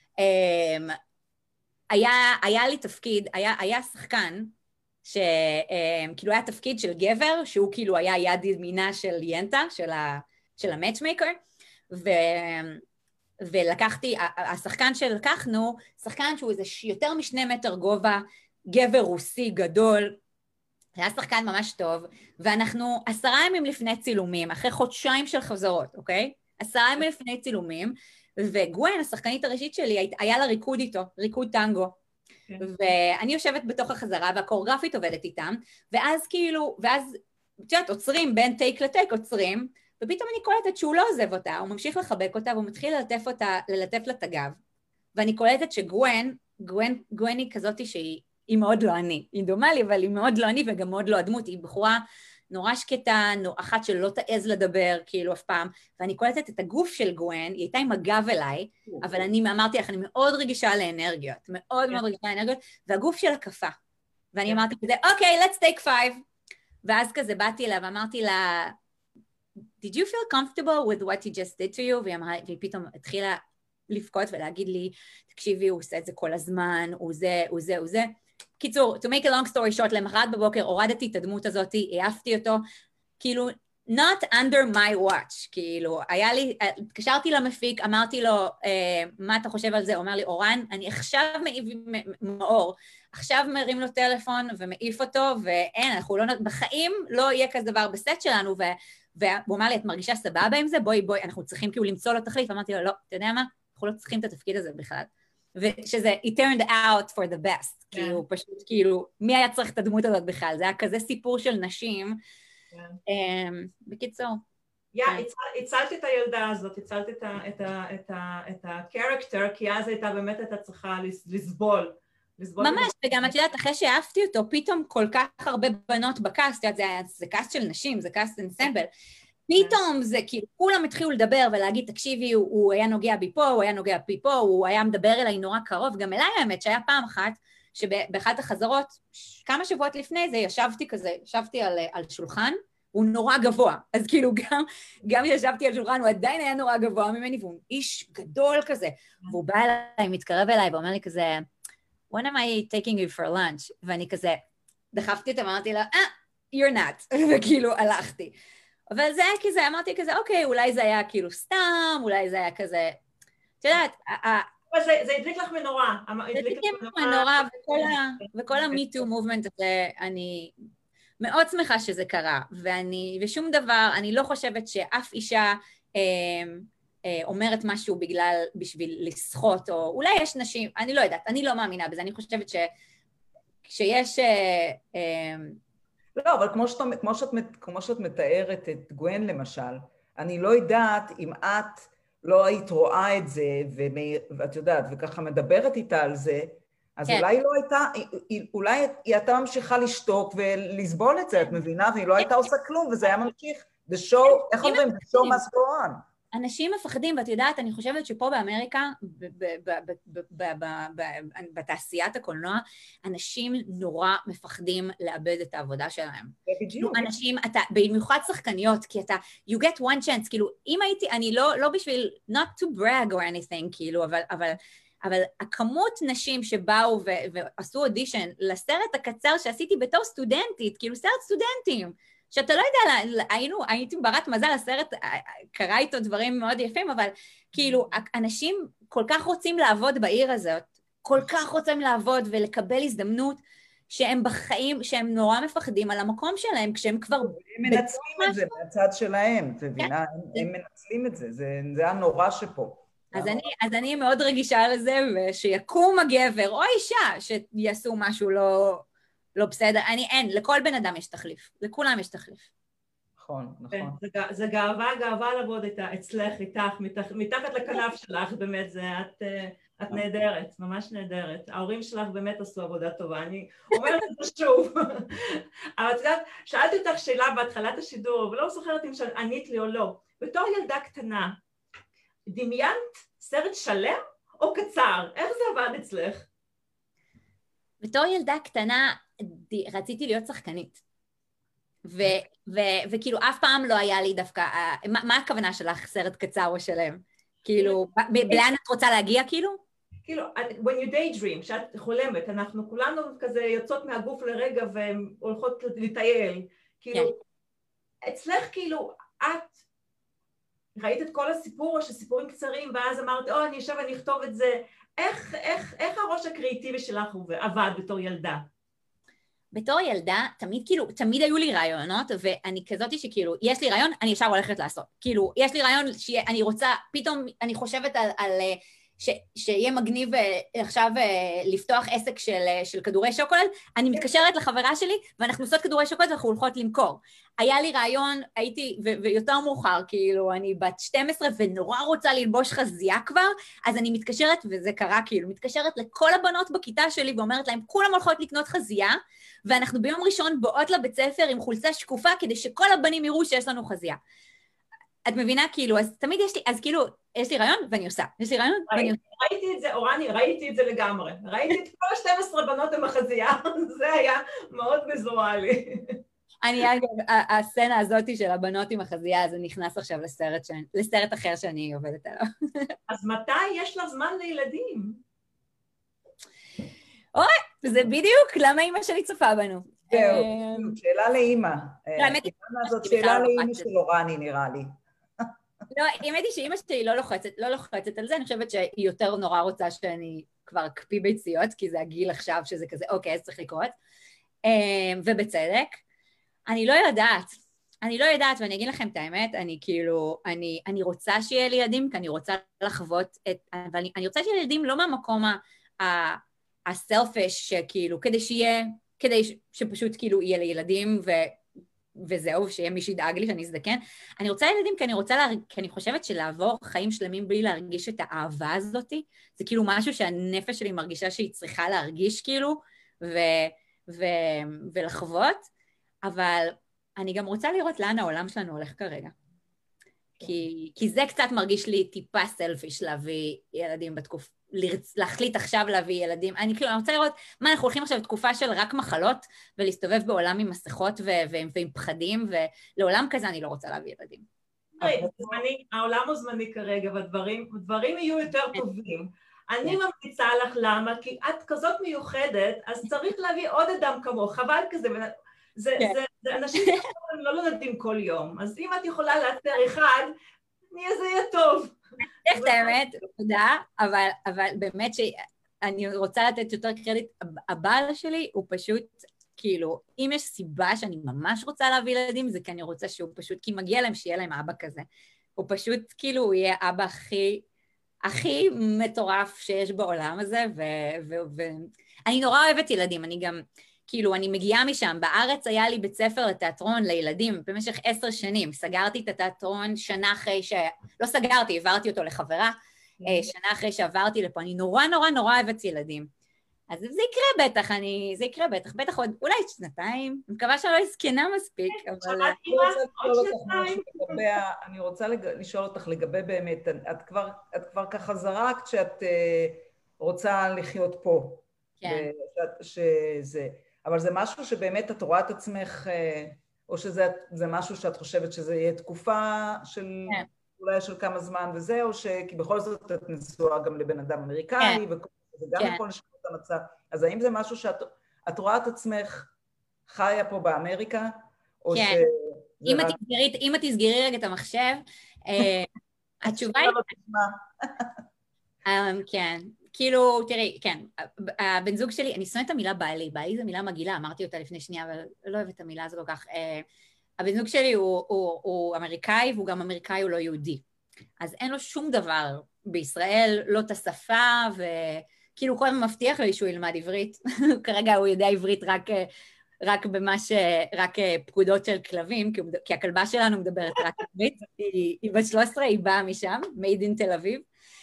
היה לי תפקיד, היה שחקן, שכאילו היה תפקיד של גבר, שהוא כאילו היה יד ימינה של ינטה, של המאצ'מייקר, ולקחתי, השחקן שלקחנו, שחקן שהוא איזה יותר מ2 מטר גובה, גבר רוסי גדול, זה היה שחקן ממש טוב, ואנחנו 10 ימים לפני צילומים, אחרי חודשיים של חזרות, אוקיי? 10 ימים לפני צילומים, וגווין, השחקנית הראשית שלי, היה לה ריקוד איתו, ריקוד טנגו. ואני יושבת בתוך החזרה, והקוריאוגרפית עובדת איתם, ואז כאילו, את יודעת, עוצרים, בין טייק לטייק עוצרים, ופתאום אני קולטת שהוא לא עוזב אותה, הוא ממשיך לחבק אותה, והוא מתחיל ללטף לה את הגב. ואני קולטת שגווין היא כזאת שהיא מאוד לא אני. היא דומה לי, אבל היא מאוד לא אני, וגם מאוד לא הדמות. היא בחורה נורא שקטה, אחת שלא תעז לדבר, כאילו אף פעם. ואני קולטת את הגוף של גווין, היא הייתה עם הגב אליי, אבל אני אמרתי לך, אני מאוד רגישה לאנרגיות, מאוד מאוד רגישה לאנרגיות, והגוף שלה קפה. ואני אמרתי כזה, אוקיי, let's take 5. ואז כזה באתי לה ואמרתי לה, did you feel comfortable with what he just did to you? והיא פתאום התחילה לפקוט ולהגיד לי, תקשיבי, הוא עושה את זה כל הזמן, הוא זה. קיצור, to make a long story short, למחרת בבוקר הורדתי את הדמות הזאת, העפתי אותו, כאילו, not under my watch, כאילו, היה לי, התקשרתי למפיק, אמרתי לו, מה אתה חושב על זה? הוא אומר לי, אורן, אני עכשיו מאור, עכשיו מרים לו טלפון ומעיף אותו, ואין, אנחנו לא, בחיים לא יהיה כזה דבר בסט שלנו, והוא אמר לי, את מרגישה סבבה עם זה? בואי, אנחנו צריכים כאילו למצוא לו תחליף, אמרתי לו, לא, אתה יודע מה? אנחנו לא צריכים את התפקיד הזה בכלל. ושזה, it turned out for the best, כאילו, פשוט כאילו, מי היה צריך את הדמות הזאת בכלל? זה היה כזה סיפור של נשים. בקיצור. הצלת את הילדה הזאת, הצלת את הקרקטר, כי אז הייתה באמת הייתה צריכה לסבול. ממש, וגם את יודעת, אחרי שהעפתי אותו, פתאום כל כך הרבה בנות בקאסט, זה קאסט של נשים, זה קאסט אנסמבל, פתאום זה כאילו, כולם התחילו לדבר ולהגיד, תקשיבי, הוא היה נוגע בי פה, הוא היה נוגע בי פה, הוא היה מדבר אליי נורא קרוב, גם אליי האמת שהיה פעם אחת, שבאחת החזרות, כמה שבועות לפני זה, ישבתי על שולחן, הוא נורא גבוה, אז כאילו גם ישבתי על שולחן, הוא עדיין היה נורא גבוה ממני, והוא איש גדול כזה, והוא בא אליי, מתקרב אליי, ואומר לי כזה, when am I taking you for lunch? ואני כזה, דחפתי אותה, ואמרתי לה, you're not, וכאילו הלכתי. אבל זה היה כזה, אמרתי כזה, אוקיי, אולי זה היה כאילו סתם, אולי זה היה כזה, את יודעת, זה הדליק לך מנורה. זה הדליק מנורה, וכל ה-Me Too movement הזה, אני מאוד שמחה שזה קרה, ושום דבר, אני לא חושבת שאף אישה אומרת משהו בשביל לסחוט, או אולי יש נשים, אני לא יודעת, אני לא מאמינה בזה, אני חושבת כשיש... לא, אבל כמו שאת מתארת את גואן למשל, אני לא יודעת אם את לא היית רואה את זה, ואת יודעת, וככה מדברת איתה על זה, אז כן. אולי לא הייתה, אולי היא הייתה ממשיכה לשתוק ולסבול את זה, את מבינה? והיא לא הייתה עושה כלום, וזה היה ממשיך. The show, איך אומרים? The show must go on. אנשים מפחדים, ואת יודעת, אני חושבת שפה באמריקה, בתעשיית הקולנוע, אנשים נורא מפחדים לאבד את העבודה שלהם. בדיוק. אנשים, במיוחד שחקניות, כי אתה, you get one chance, כאילו, אם הייתי, אני לא בשביל, not to brag or anything, כאילו, אבל הכמות נשים שבאו ועשו אודישן לסרט הקצר שעשיתי בתור סטודנטית, כאילו סרט סטודנטים, שאתה לא יודע, הייתי ברת מזל, הסרט קרה איתו דברים מאוד יפים, אבל כאילו, אנשים כל כך רוצים לעבוד בעיר הזאת, כל כך רוצים לעבוד ולקבל הזדמנות, שהם בחיים, שהם נורא מפחדים על המקום שלהם, כשהם כבר... הם מנצלים את זה מהצד שלהם, אתה מבינה? הם מנצלים את זה, זה הנורא שפה. אז אני מאוד רגישה לזה, ושיקום הגבר או אישה שיעשו משהו לא בסדר. אין, לכל בן אדם יש תחליף, לכולם יש תחליף. נכון. זה גאווה לעבוד אצלך, איתך, מתחת לכנף שלך, באמת, את נהדרת, ממש נהדרת. ההורים שלך באמת עשו עבודה טובה, אני אומרת את זה שוב. אבל את יודעת, שאלתי אותך שאלה בהתחלת השידור, ולא זוכרת אם ענית לי או לא. בתור ילדה קטנה, דמיינת סרט שלם או קצר? איך זה עבד אצלך? בתור ילדה קטנה רציתי להיות שחקנית. וכאילו אף פעם לא היה לי דווקא, מה הכוונה שלך סרט קצר או שלם? כאילו, לאן את רוצה להגיע כאילו? כאילו, when you daydream, כשאת חולמת, אנחנו כולנו כזה יוצאות מהגוף לרגע והולכות לטייל. כאילו, אצלך כאילו, את ראית את כל הסיפור או שסיפורים קצרים, ואז אמרת, אני אשב ואני אכתוב את זה. איך הראש הקריאיטיבי שלך עבד בתור ילדה? בתור ילדה, תמיד היו לי רעיונות, ואני כזאת שכאילו, יש לי רעיון, אני ישר הולכת לעשות. כאילו, יש לי רעיון שאני רוצה, פתאום אני חושבת על שיהיה מגניב עכשיו לפתוח עסק של כדורי שוקולד, אני מתקשרת לחברה שלי, ואנחנו עושות כדורי שוקולד ואנחנו הולכות למכור. היה לי רעיון, ויותר מאוחר, כאילו, אני בת 12 ונורא רוצה ללבוש חזייה כבר, אז אני מתקשרת, וזה קרה כאילו, מתקשרת לכל הבנות בכיתה שלי, ואומרת להם, כולם הולכות לקנות חזייה, ואנחנו ביום ראשון באות לבית ספר עם חולצה שקופה, כדי שכל הבנים יראו שיש לנו חזייה. את מבינה, כאילו, אז תמיד יש לי, אז כאילו, יש לי רעיון ואני עושה. יש לי רעיון ואני עושה. ראיתי את זה, אורני, ראיתי את זה לגמרי. ראיתי את כל 12 בנות עם החזייה, זה היה מאוד מזואלי. אגב, הסצנה הזאת של הבנות עם החזייה, זה נכנס עכשיו לסרט אחר שאני עובדת עליו. אז מתי יש לך זמן לילדים? זה בדיוק למה אמא שלי צופה בנו. שאלה לאמא. זאת שאלה לאמא של אורני, נראה לי. לא, האמת היא שאמא שלי לא לוחצת על זה, אני חושבת שהיא יותר נורא רוצה שאני כבר אקפיא ביציות, כי זה הגיל עכשיו שזה כזה, אוקיי, אז צריך לקרות. ובצדק. אני לא יודעת, ואני אגיד לכם את האמת, אני רוצה שיהיה לי ילדים, כי אני רוצה לחוות אבל אני רוצה שיהיה לי ילדים לא מהמקום הסלפיש, שכאילו, כדי שפשוט כאילו יהיה לי ילדים וזהו, שיהיה מי שידאג לי שאני אזדקן. אני רוצה ילדים כי אני חושבת שלעבור חיים שלמים בלי להרגיש את האהבה הזאת, זה כאילו משהו שהנפש שלי מרגישה שהיא צריכה להרגיש כאילו, ולחוות, אבל אני גם רוצה לראות לאן העולם שלנו הולך כרגע. כי זה קצת מרגיש לי טיפה סלפיש להביא ילדים בתקופה, להחליט עכשיו להביא ילדים. אני רוצה לראות מה אנחנו הולכים עכשיו בתקופה של רק מחלות, ולהסתובב בעולם עם מסכות ועם פחדים, ולעולם כזה אני לא רוצה להביא ילדים. העולם הוא זמני כרגע, והדברים יהיו יותר טובים. אני ממליצה לך למה, כי את כזאת מיוחדת, אז צריך להביא עוד אדם כמוך, חבל כזה, זה אנשים לא נולדים כל יום, אז אם את יכולה לאתר אחד, זה יהיה טוב. איך את האמת, תודה, אבל באמת שאני רוצה לתת יותר קרדיט, הבעל שלי הוא פשוט, כאילו, אם יש סיבה שאני ממש רוצה להביא ילדים, זה כי אני רוצה שהוא פשוט, כי מגיע להם שיהיה להם אבא כזה. הוא פשוט, כאילו, הוא יהיה אבא הכי מטורף שיש בעולם הזה, ואני נורא אוהבת ילדים, אני גם, כאילו, אני מגיעה משם, בארץ היה לי בית ספר לתיאטרון לילדים, במשך 10 שנים, סגרתי את התיאטרון שנה אחרי לא סגרתי, העברתי אותו לחברה, שנה אחרי שעברתי לפה, אני נורא נורא נורא אוהבת ילדים. אז זה יקרה בטח, זה יקרה בטח עוד, אולי 2, אני מקווה שאני לא אזקנה מספיק, אבל... אני רוצה לשאול אותך לגבי באמת, את כבר ככה זרקת שאת רוצה לחיות פה. כן. אבל זה משהו שבאמת את רואה את עצמך, או שזה משהו שאת חושבת שזה יהיה תקופה של... אולי של כמה זמן וזה, או כי בכל זאת את נשואה גם לבן אדם אמריקאי, וזה גם יכול לשנות את המצב. אז האם זה משהו שאת רואה את עצמך חיה פה באמריקה, או כן. אם את תסגרי רגע את המחשב, התשובה היא... כן. כאילו, תראי, כן, הבן זוג שלי, אני שונאת את המילה בעלי, בעלי זו מילה מגעילה, אמרתי אותה לפני שנייה, אבל לא אוהבת את המילה הזו כל כך. הבן זוג שלי הוא אמריקאי, והוא גם אמריקאי, הוא לא יהודי. אז אין לו שום דבר בישראל, לא את השפה, וכאילו כל הזמן מבטיח לי שהוא ילמד עברית. כרגע הוא יודע עברית רק פקודות של כלבים, כי הכלבה שלנו מדברת רק עברית, היא בת 13, היא באה משם, made in תל אביב.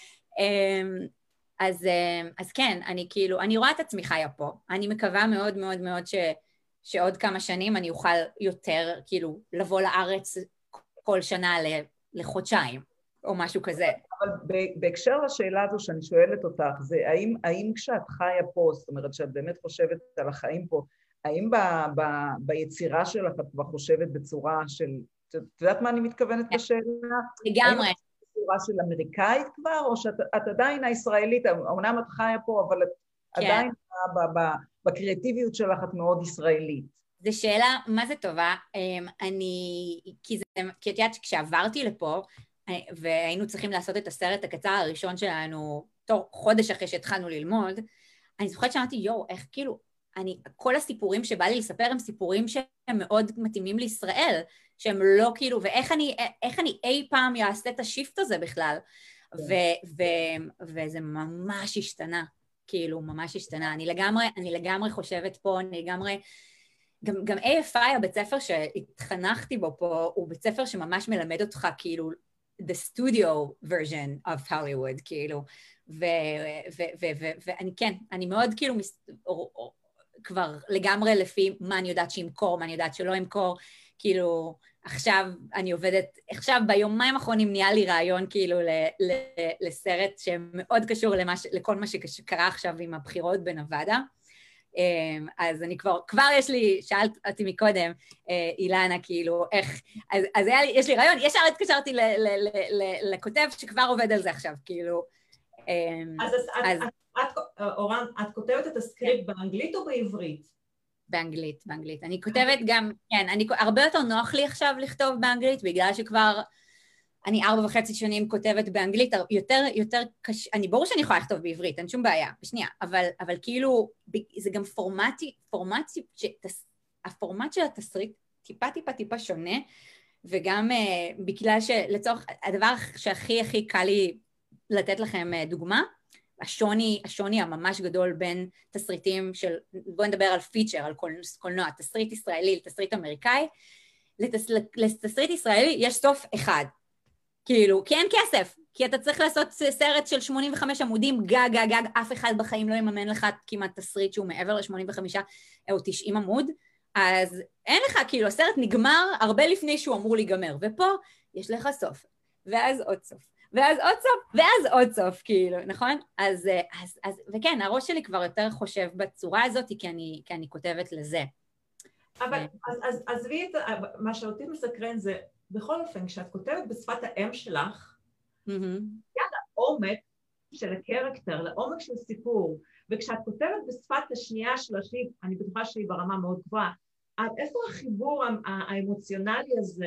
אז כן, אני רואה את עצמי חיה פה. אני מקווה מאוד מאוד מאוד שעוד כמה שנים אני אוכל יותר, כאילו, לבוא לארץ כל שנה לחודשיים, או משהו כזה. אבל בהקשר לשאלה הזו שאני שואלת אותך, זה האם כשאת חיה פה, זאת אומרת שאת באמת חושבת על החיים פה, האם ביצירה שלך את כבר חושבת בצורה של, את יודעת מה אני מתכוונת בשאלה? לגמרי. בצורה של אמריקאית כבר, או שאת עדיין הישראלית, אומנם את חיה פה, אבל את עדיין בקריאטיביות שלך את מאוד ישראלית. זו שאלה, מה זה טובה? כי את יודעת שכשעברתי לפה, והיינו צריכים לעשות את הסרט הקצר הראשון שלנו, תוך חודש אחרי שהתחלנו ללמוד, אני זוכרת שאמרתי, יו, איך כאילו, כל הסיפורים שבא לי לספר הם סיפורים שהם מאוד מתאימים לישראל, שהם לא כאילו, ואיך אני אי פעם יעשה את השיפט הזה בכלל, וזה ממש השתנה, כאילו, ממש השתנה. אני לגמרי חושבת פה, אני לגמרי, גם AFI, הבית ספר שהתחנכתי בו פה, הוא בית ספר שממש מלמד אותך, כאילו, the studio version of Hollywood, כאילו, ואני כן, אני מאוד כאילו, כבר לגמרי לפי מה אני יודעת שימכור, מה אני יודעת שלא ימכור, כאילו, עכשיו אני עובדת, עכשיו ביומיים האחרונים נהיה לי רעיון כאילו לסרט שמאוד קשור לכל מה שקרה עכשיו עם הבחירות בנבדה, אז אני כבר יש לי, שאלת אותי מקודם, אילנה, כאילו, איך, אז יש לי רעיון, ישר התקשרתי לכותב שכבר עובד על זה עכשיו, כאילו. אז אורן, את כותבת את הסקריפט באנגלית או בעברית? באנגלית. אני כותבת גם, כן, הרבה יותר נוח לי עכשיו לכתוב באנגלית, בגלל שכבר אני 4.5 שנים כותבת באנגלית, יותר קשה, ברור שאני יכולה לכתוב בעברית, אין שום בעיה, בשנייה, אבל כאילו, זה גם הפורמט של התסריט טיפה שונה, וגם בגלל שלצורך, הדבר שהכי קל לי לתת לכם דוגמה, השוני הממש גדול בין תסריטים של, בואו נדבר על פיצ'ר, על קולנוע, תסריט ישראלי לתסריט אמריקאי, לתסריט ישראלי יש סוף אחד, כאילו, כי אין כסף, כי אתה צריך לעשות סרט של 85 עמודים, גג, אף אחד בחיים לא יממן לך כמעט תסריט שהוא מעבר ל-85 או 90 עמוד, אז אין לך, כאילו, הסרט נגמר הרבה לפני שהוא אמור להיגמר, ופה יש לך סוף, ואז עוד סוף. ואז עוד סוף, ואז עוד סוף, כאילו, נכון? אז וכן, הראש שלי כבר יותר חושב בצורה הזאת, כי אני כותבת לזה. אבל, אז מה שאותי מסקרן זה, בכל אופן, כשאת כותבת בשפת האם שלך, יד העומק של הקרקטר, לעומק של סיפור, וכשאת כותבת בשפת השנייה שלשית, אני בטוחה שהיא ברמה מאוד גבוהה, איפה החיבור האמוציונלי הזה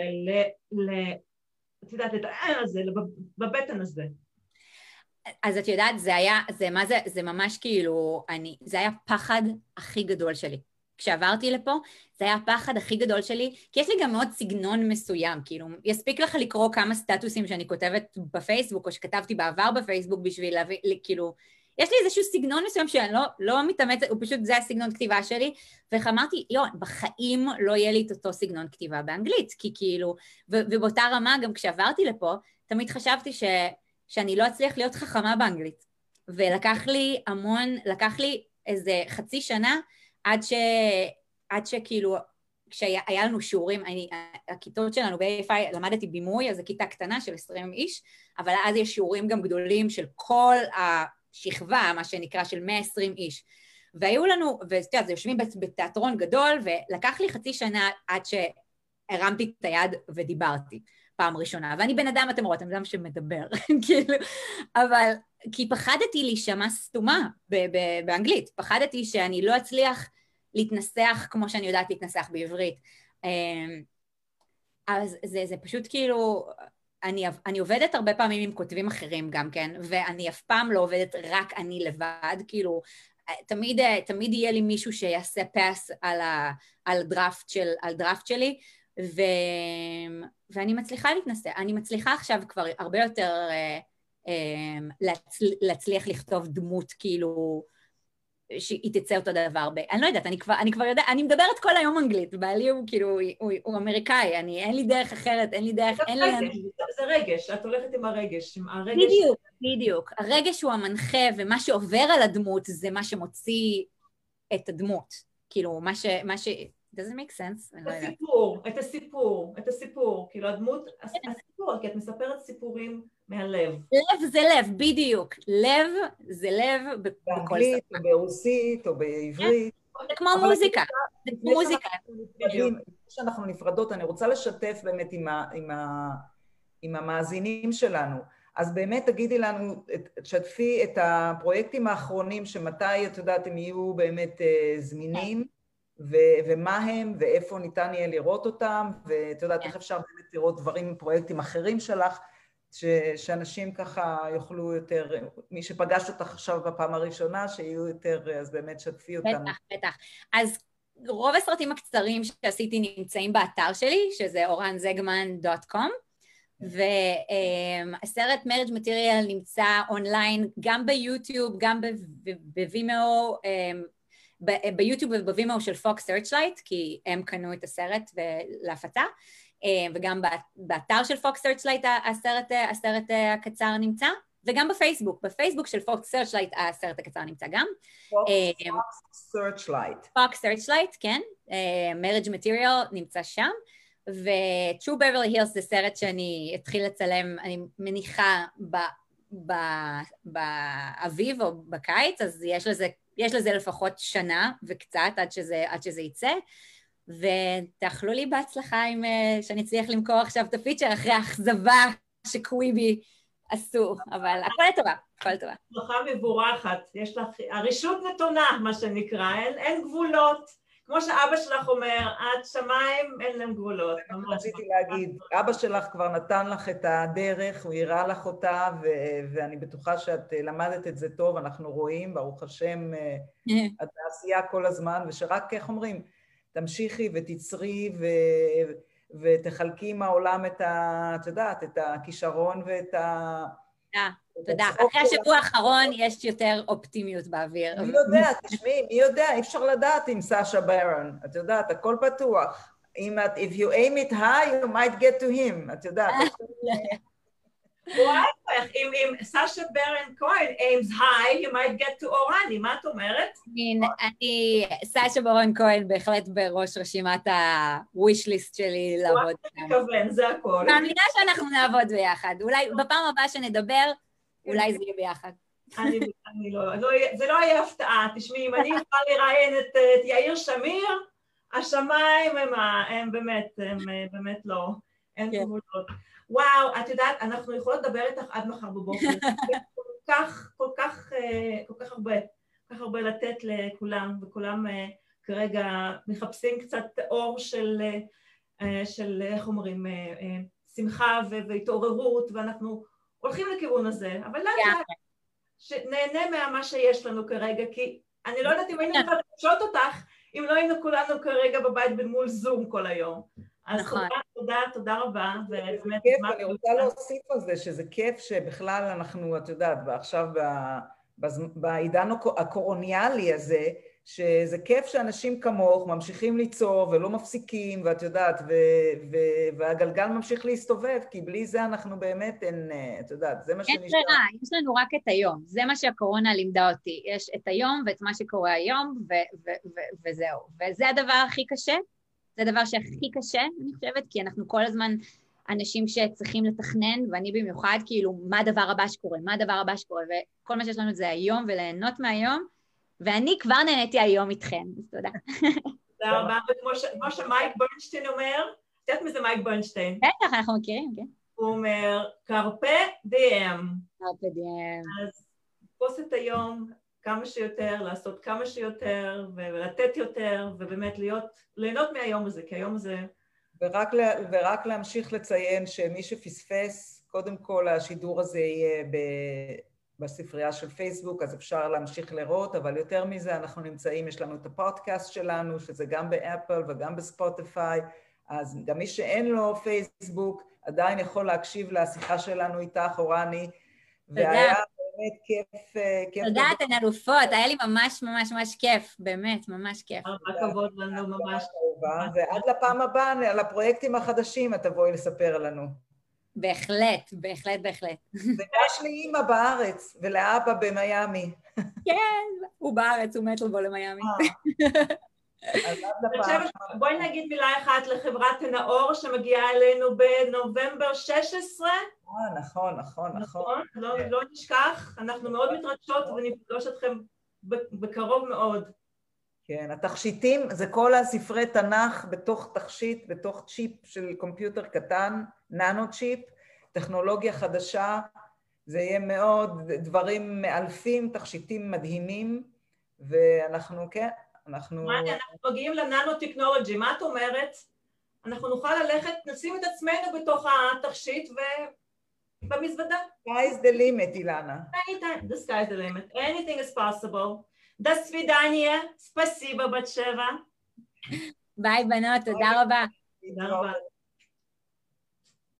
את יודעת, את הזה, בבטן הזה. אז את יודעת, זה ממש כאילו, זה היה פחד הכי גדול שלי. כשעברתי לפה, זה היה הפחד הכי גדול שלי, כי יש לי גם מאוד סגנון מסוים, כאילו, יספיק לך לקרוא כמה סטטוסים שאני כותבת בפייסבוק, או שכתבתי בעבר בפייסבוק בשביל להביא, כאילו, יש לי איזשהו סגנון מסוים שאני לא מתאמצת, הוא פשוט, זה הסגנון כתיבה שלי, ואיך אמרתי, בחיים לא יהיה לי את אותו סגנון כתיבה באנגלית, כי כאילו, ובאותה רמה, גם כשעברתי לפה, תמיד חשבתי שאני לא אצליח להיות חכמה באנגלית. ולקח לי איזה חצי שנה, עד שכאילו, כשהיה לנו שיעורים, הכיתות שלנו ב-AFI, למדתי בימוי, אז זו כיתה קטנה של 20 איש, אבל אז יש שיעורים גם גדולים של כל השכבה, מה שנקרא, של 120 איש. והיו לנו, ותראה, זה יושבים בתיאטרון גדול, ולקח לי חצי שנה עד שהרמתי את היד ודיברתי פעם ראשונה. ואני בן אדם, אתם רואים, אדם שמדבר, כאילו, אבל, כי פחדתי להישמע סתומה באנגלית, פחדתי שאני לא אצליח להתנסח כמו שאני יודעת להתנסח בעברית. אז זה פשוט כאילו, אני עובדת הרבה פעמים עם כותבים אחרים גם כן, ואני אף פעם לא עובדת רק אני לבד, כאילו, תמיד יהיה לי מישהו שיעשה פס על דראפט שלי, ואני מצליחה להתנסה. אני מצליחה עכשיו כבר הרבה יותר להצליח לכתוב דמות, כאילו, שהיא תצא אותו דבר. אני לא יודעת, אני כבר יודעת, אני מדברת כל היום אנגלית, בעלי הוא כאילו, הוא אמריקאי, אין לי דרך אחרת, אין לי דרך, זה רגש, את הולכת עם הרגש. בדיוק. הרגש הוא המנחה, ומה שעובר על הדמות זה מה שמוציא את הדמות. כאילו, מה ש... doesn't make sense? את הסיפור, כאילו הדמות, הסיפור, כי את מספרת סיפורים מהלב. לב זה לב, בדיוק. לב זה לב בכל שפה. באנגלית, או ברוסית, או בעברית. זה כמו מוזיקה. זה כמו מוזיקה. כשאנחנו נפרדות, אני רוצה לשתף באמת עם המאזינים שלנו. אז באמת תגידי לנו, תשתפי את הפרויקטים האחרונים, שמתי, את יודעת, הם יהיו באמת זמינים, ומה הם, ואיפה ניתן יהיה לראות אותם, ואת יודעת, איך אפשר באמת לראות דברים, פרויקטים אחרים שלך, שאנשים ככה יוכלו יותר, מי שפגש אותך עכשיו בפעם הראשונה, שיהיו יותר, אז באמת שתפי אותנו. בטח. אז רוב הסרטים הקצרים שעשיתי נמצאים באתר שלי, שזה oranzegman.com, והסרט Marriage Material נמצא אונליין גם ביוטיוב, גם בווימאו, ביוטיוב ובווימאו של פוקס סרצ'לייט, כי הם קנו את הסרט להפצה, וגם באתר של פוקס סרצ'לייט הסרט הקצר נמצא, וגם בפייסבוק של פוקס סרצ'לייט הסרט הקצר נמצא גם. פוקס סרצ'לייט. פוקס סרצ'לייט, כן. Marriage Material נמצא שם, ו-True Beverly Hills זה סרט שאני אתחיל לצלם, אני מניחה באביב או בקיץ, אז יש לזה לפחות שנה וקצת עד שזה יצא, ותאכלו לי בהצלחה שאני אצליח למכור עכשיו את הפיצ'ר אחרי האכזבה שקוויבי עשו, אבל הכל טובה, הכל טובה. הצלחה מבורכת, יש לך, הרישות נתונה, מה שנקרא, אין גבולות. כמו שאבא שלך אומר, עד שמיים אין להם גבולות. רציתי להגיד, אבא שלך כבר נתן לך את הדרך, הוא הראה לך אותה, ואני בטוחה שאת למדת את זה טוב, אנחנו רואים, ברוך השם, את בעשייה כל הזמן, ושרק, איך אומרים, תמשיכי ותצרי ותחלקי עם העולם את יודעת, את הכישרון ואת ה... תודה. אחרי השבוע האחרון יש יותר אופטימיות באוויר. מי יודע, תשמעי, מי יודע, אי אפשר לדעת עם סאשה ברון, את יודעת, הכל פתוח. If you aim it high, you might get to him, את יודעת. אם סאשה ברון כהן aims high, you might get to אורני, מה את אומרת? סאשה ברון כהן בהחלט בראש רשימת ה-wish list שלי לעבוד. זה הכל. מאמינה שאנחנו נעבוד ביחד. אולי בפעם הבאה שנדבר, אולי זה יהיה ביחד. זה לא יהיה הפתעה. תשמעי, אם אני יכולה לראיין את יאיר שמיר, השמיים הם באמת לא, אין גבולות. וואו, את יודעת, אנחנו יכולות לדבר איתך עד מחר בבוקר. כל כך הרבה לתת לכולם, וכולם כרגע מחפשים קצת אור של איך אומרים, שמחה והתעוררות, ואנחנו הולכים לכיוון הזה, אבל לאט, שנהנה ממה שיש לנו כרגע, כי אני לא יודעת אם היינו יכולים לשאול אותך, אם לא היינו כולנו כרגע בבית מול זום כל היום. אז נכון. תודה רבה. אני רוצה להוסיף על זה שזה כיף שבכלל אנחנו, את יודעת, ועכשיו בעידן הקורoniאלי הזה, שזה כיף שאנשים כמוך ממשיכים ליצור ולא מפסיקים, ואת יודעת, והגלגל ממשיך להסתובב, כי בלי זה אנחנו באמת, את יודעת, זה מה שנשאר. אין ברירה, יש לנו רק את היום, זה מה שהקורונה לימדה אותי, יש את היום ואת מה שקורה היום, וזהו. וזה הדבר הכי קשה, זה הדבר שהכי קשה, אני חושבת, כי אנחנו כל הזמן אנשים שצריכים לתכנן, ואני במיוחד, כאילו, מה הדבר הבא שקורה, וכל מה שיש לנו זה היום, וליהנות מהיום, ואני כבר נהניתי היום איתכם, אז תודה. תודה רבה, וכמו שמייק ברנשטיין אומר, את יודעת מי זה מייק ברנשטיין? בטח, אנחנו מכירים, כן. הוא אומר, קרפה דיאם. קרפה דיאם. אז תפוס את היום כמה שיותר, לעשות כמה שיותר, ולתת יותר, ובאמת ליהנות מהיום הזה, כי היום הזה... ורק להמשיך לציין שמי שפספס, קודם כל השידור הזה יהיה בספרייה של פייסבוק, אז אפשר להמשיך לראות, אבל יותר מזה אנחנו נמצאים, יש לנו את הפודקאסט שלנו, שזה גם באפל וגם בספוטיפיי, אז גם מי שאין לו פייסבוק, עדיין יכול להקשיב לשיחה שלנו איתך, אורני, והיה באמת כיף. תודה, אתן אלופות, היה לי ממש ממש ממש כיף, באמת, ממש כיף. הכבוד לנו ממש. ועד לפעם הבאה, על הפרויקטים החדשים, את תבואי לספר לנו. בהחלט, בהחלט, בהחלט. ויש לי אמא בארץ, ולאבא במיימי. כן, הוא בארץ, הוא מת לבוא למיימי. בואי נגיד מילה אחת לחברת הנאור שמגיעה אלינו בנובמבר 16. נכון. לא נשכח, אנחנו מאוד מתרגשות ונפגוש אתכם בקרוב מאוד. כן, התכשיטים זה כל הספרי תנ"ך בתוך תכשיט, בתוך צ'יפ של קומפיוטר קטן, ננו צ'יפ, טכנולוגיה חדשה, זה יהיה מאוד דברים מאלפים, תכשיטים מדהימים, ואנחנו, כן, אנחנו מגיעים לננו-טכנולוגי, מה את אומרת? אנחנו נוכל ללכת, נשים את עצמנו בתוך התכשיט ובמזוודה. Sky is the limit, אילנה. The sky is the limit. Anything is possible. До свидания. Спасибо, Батшева. ביי, בנות, תודה רבה. תודה רבה.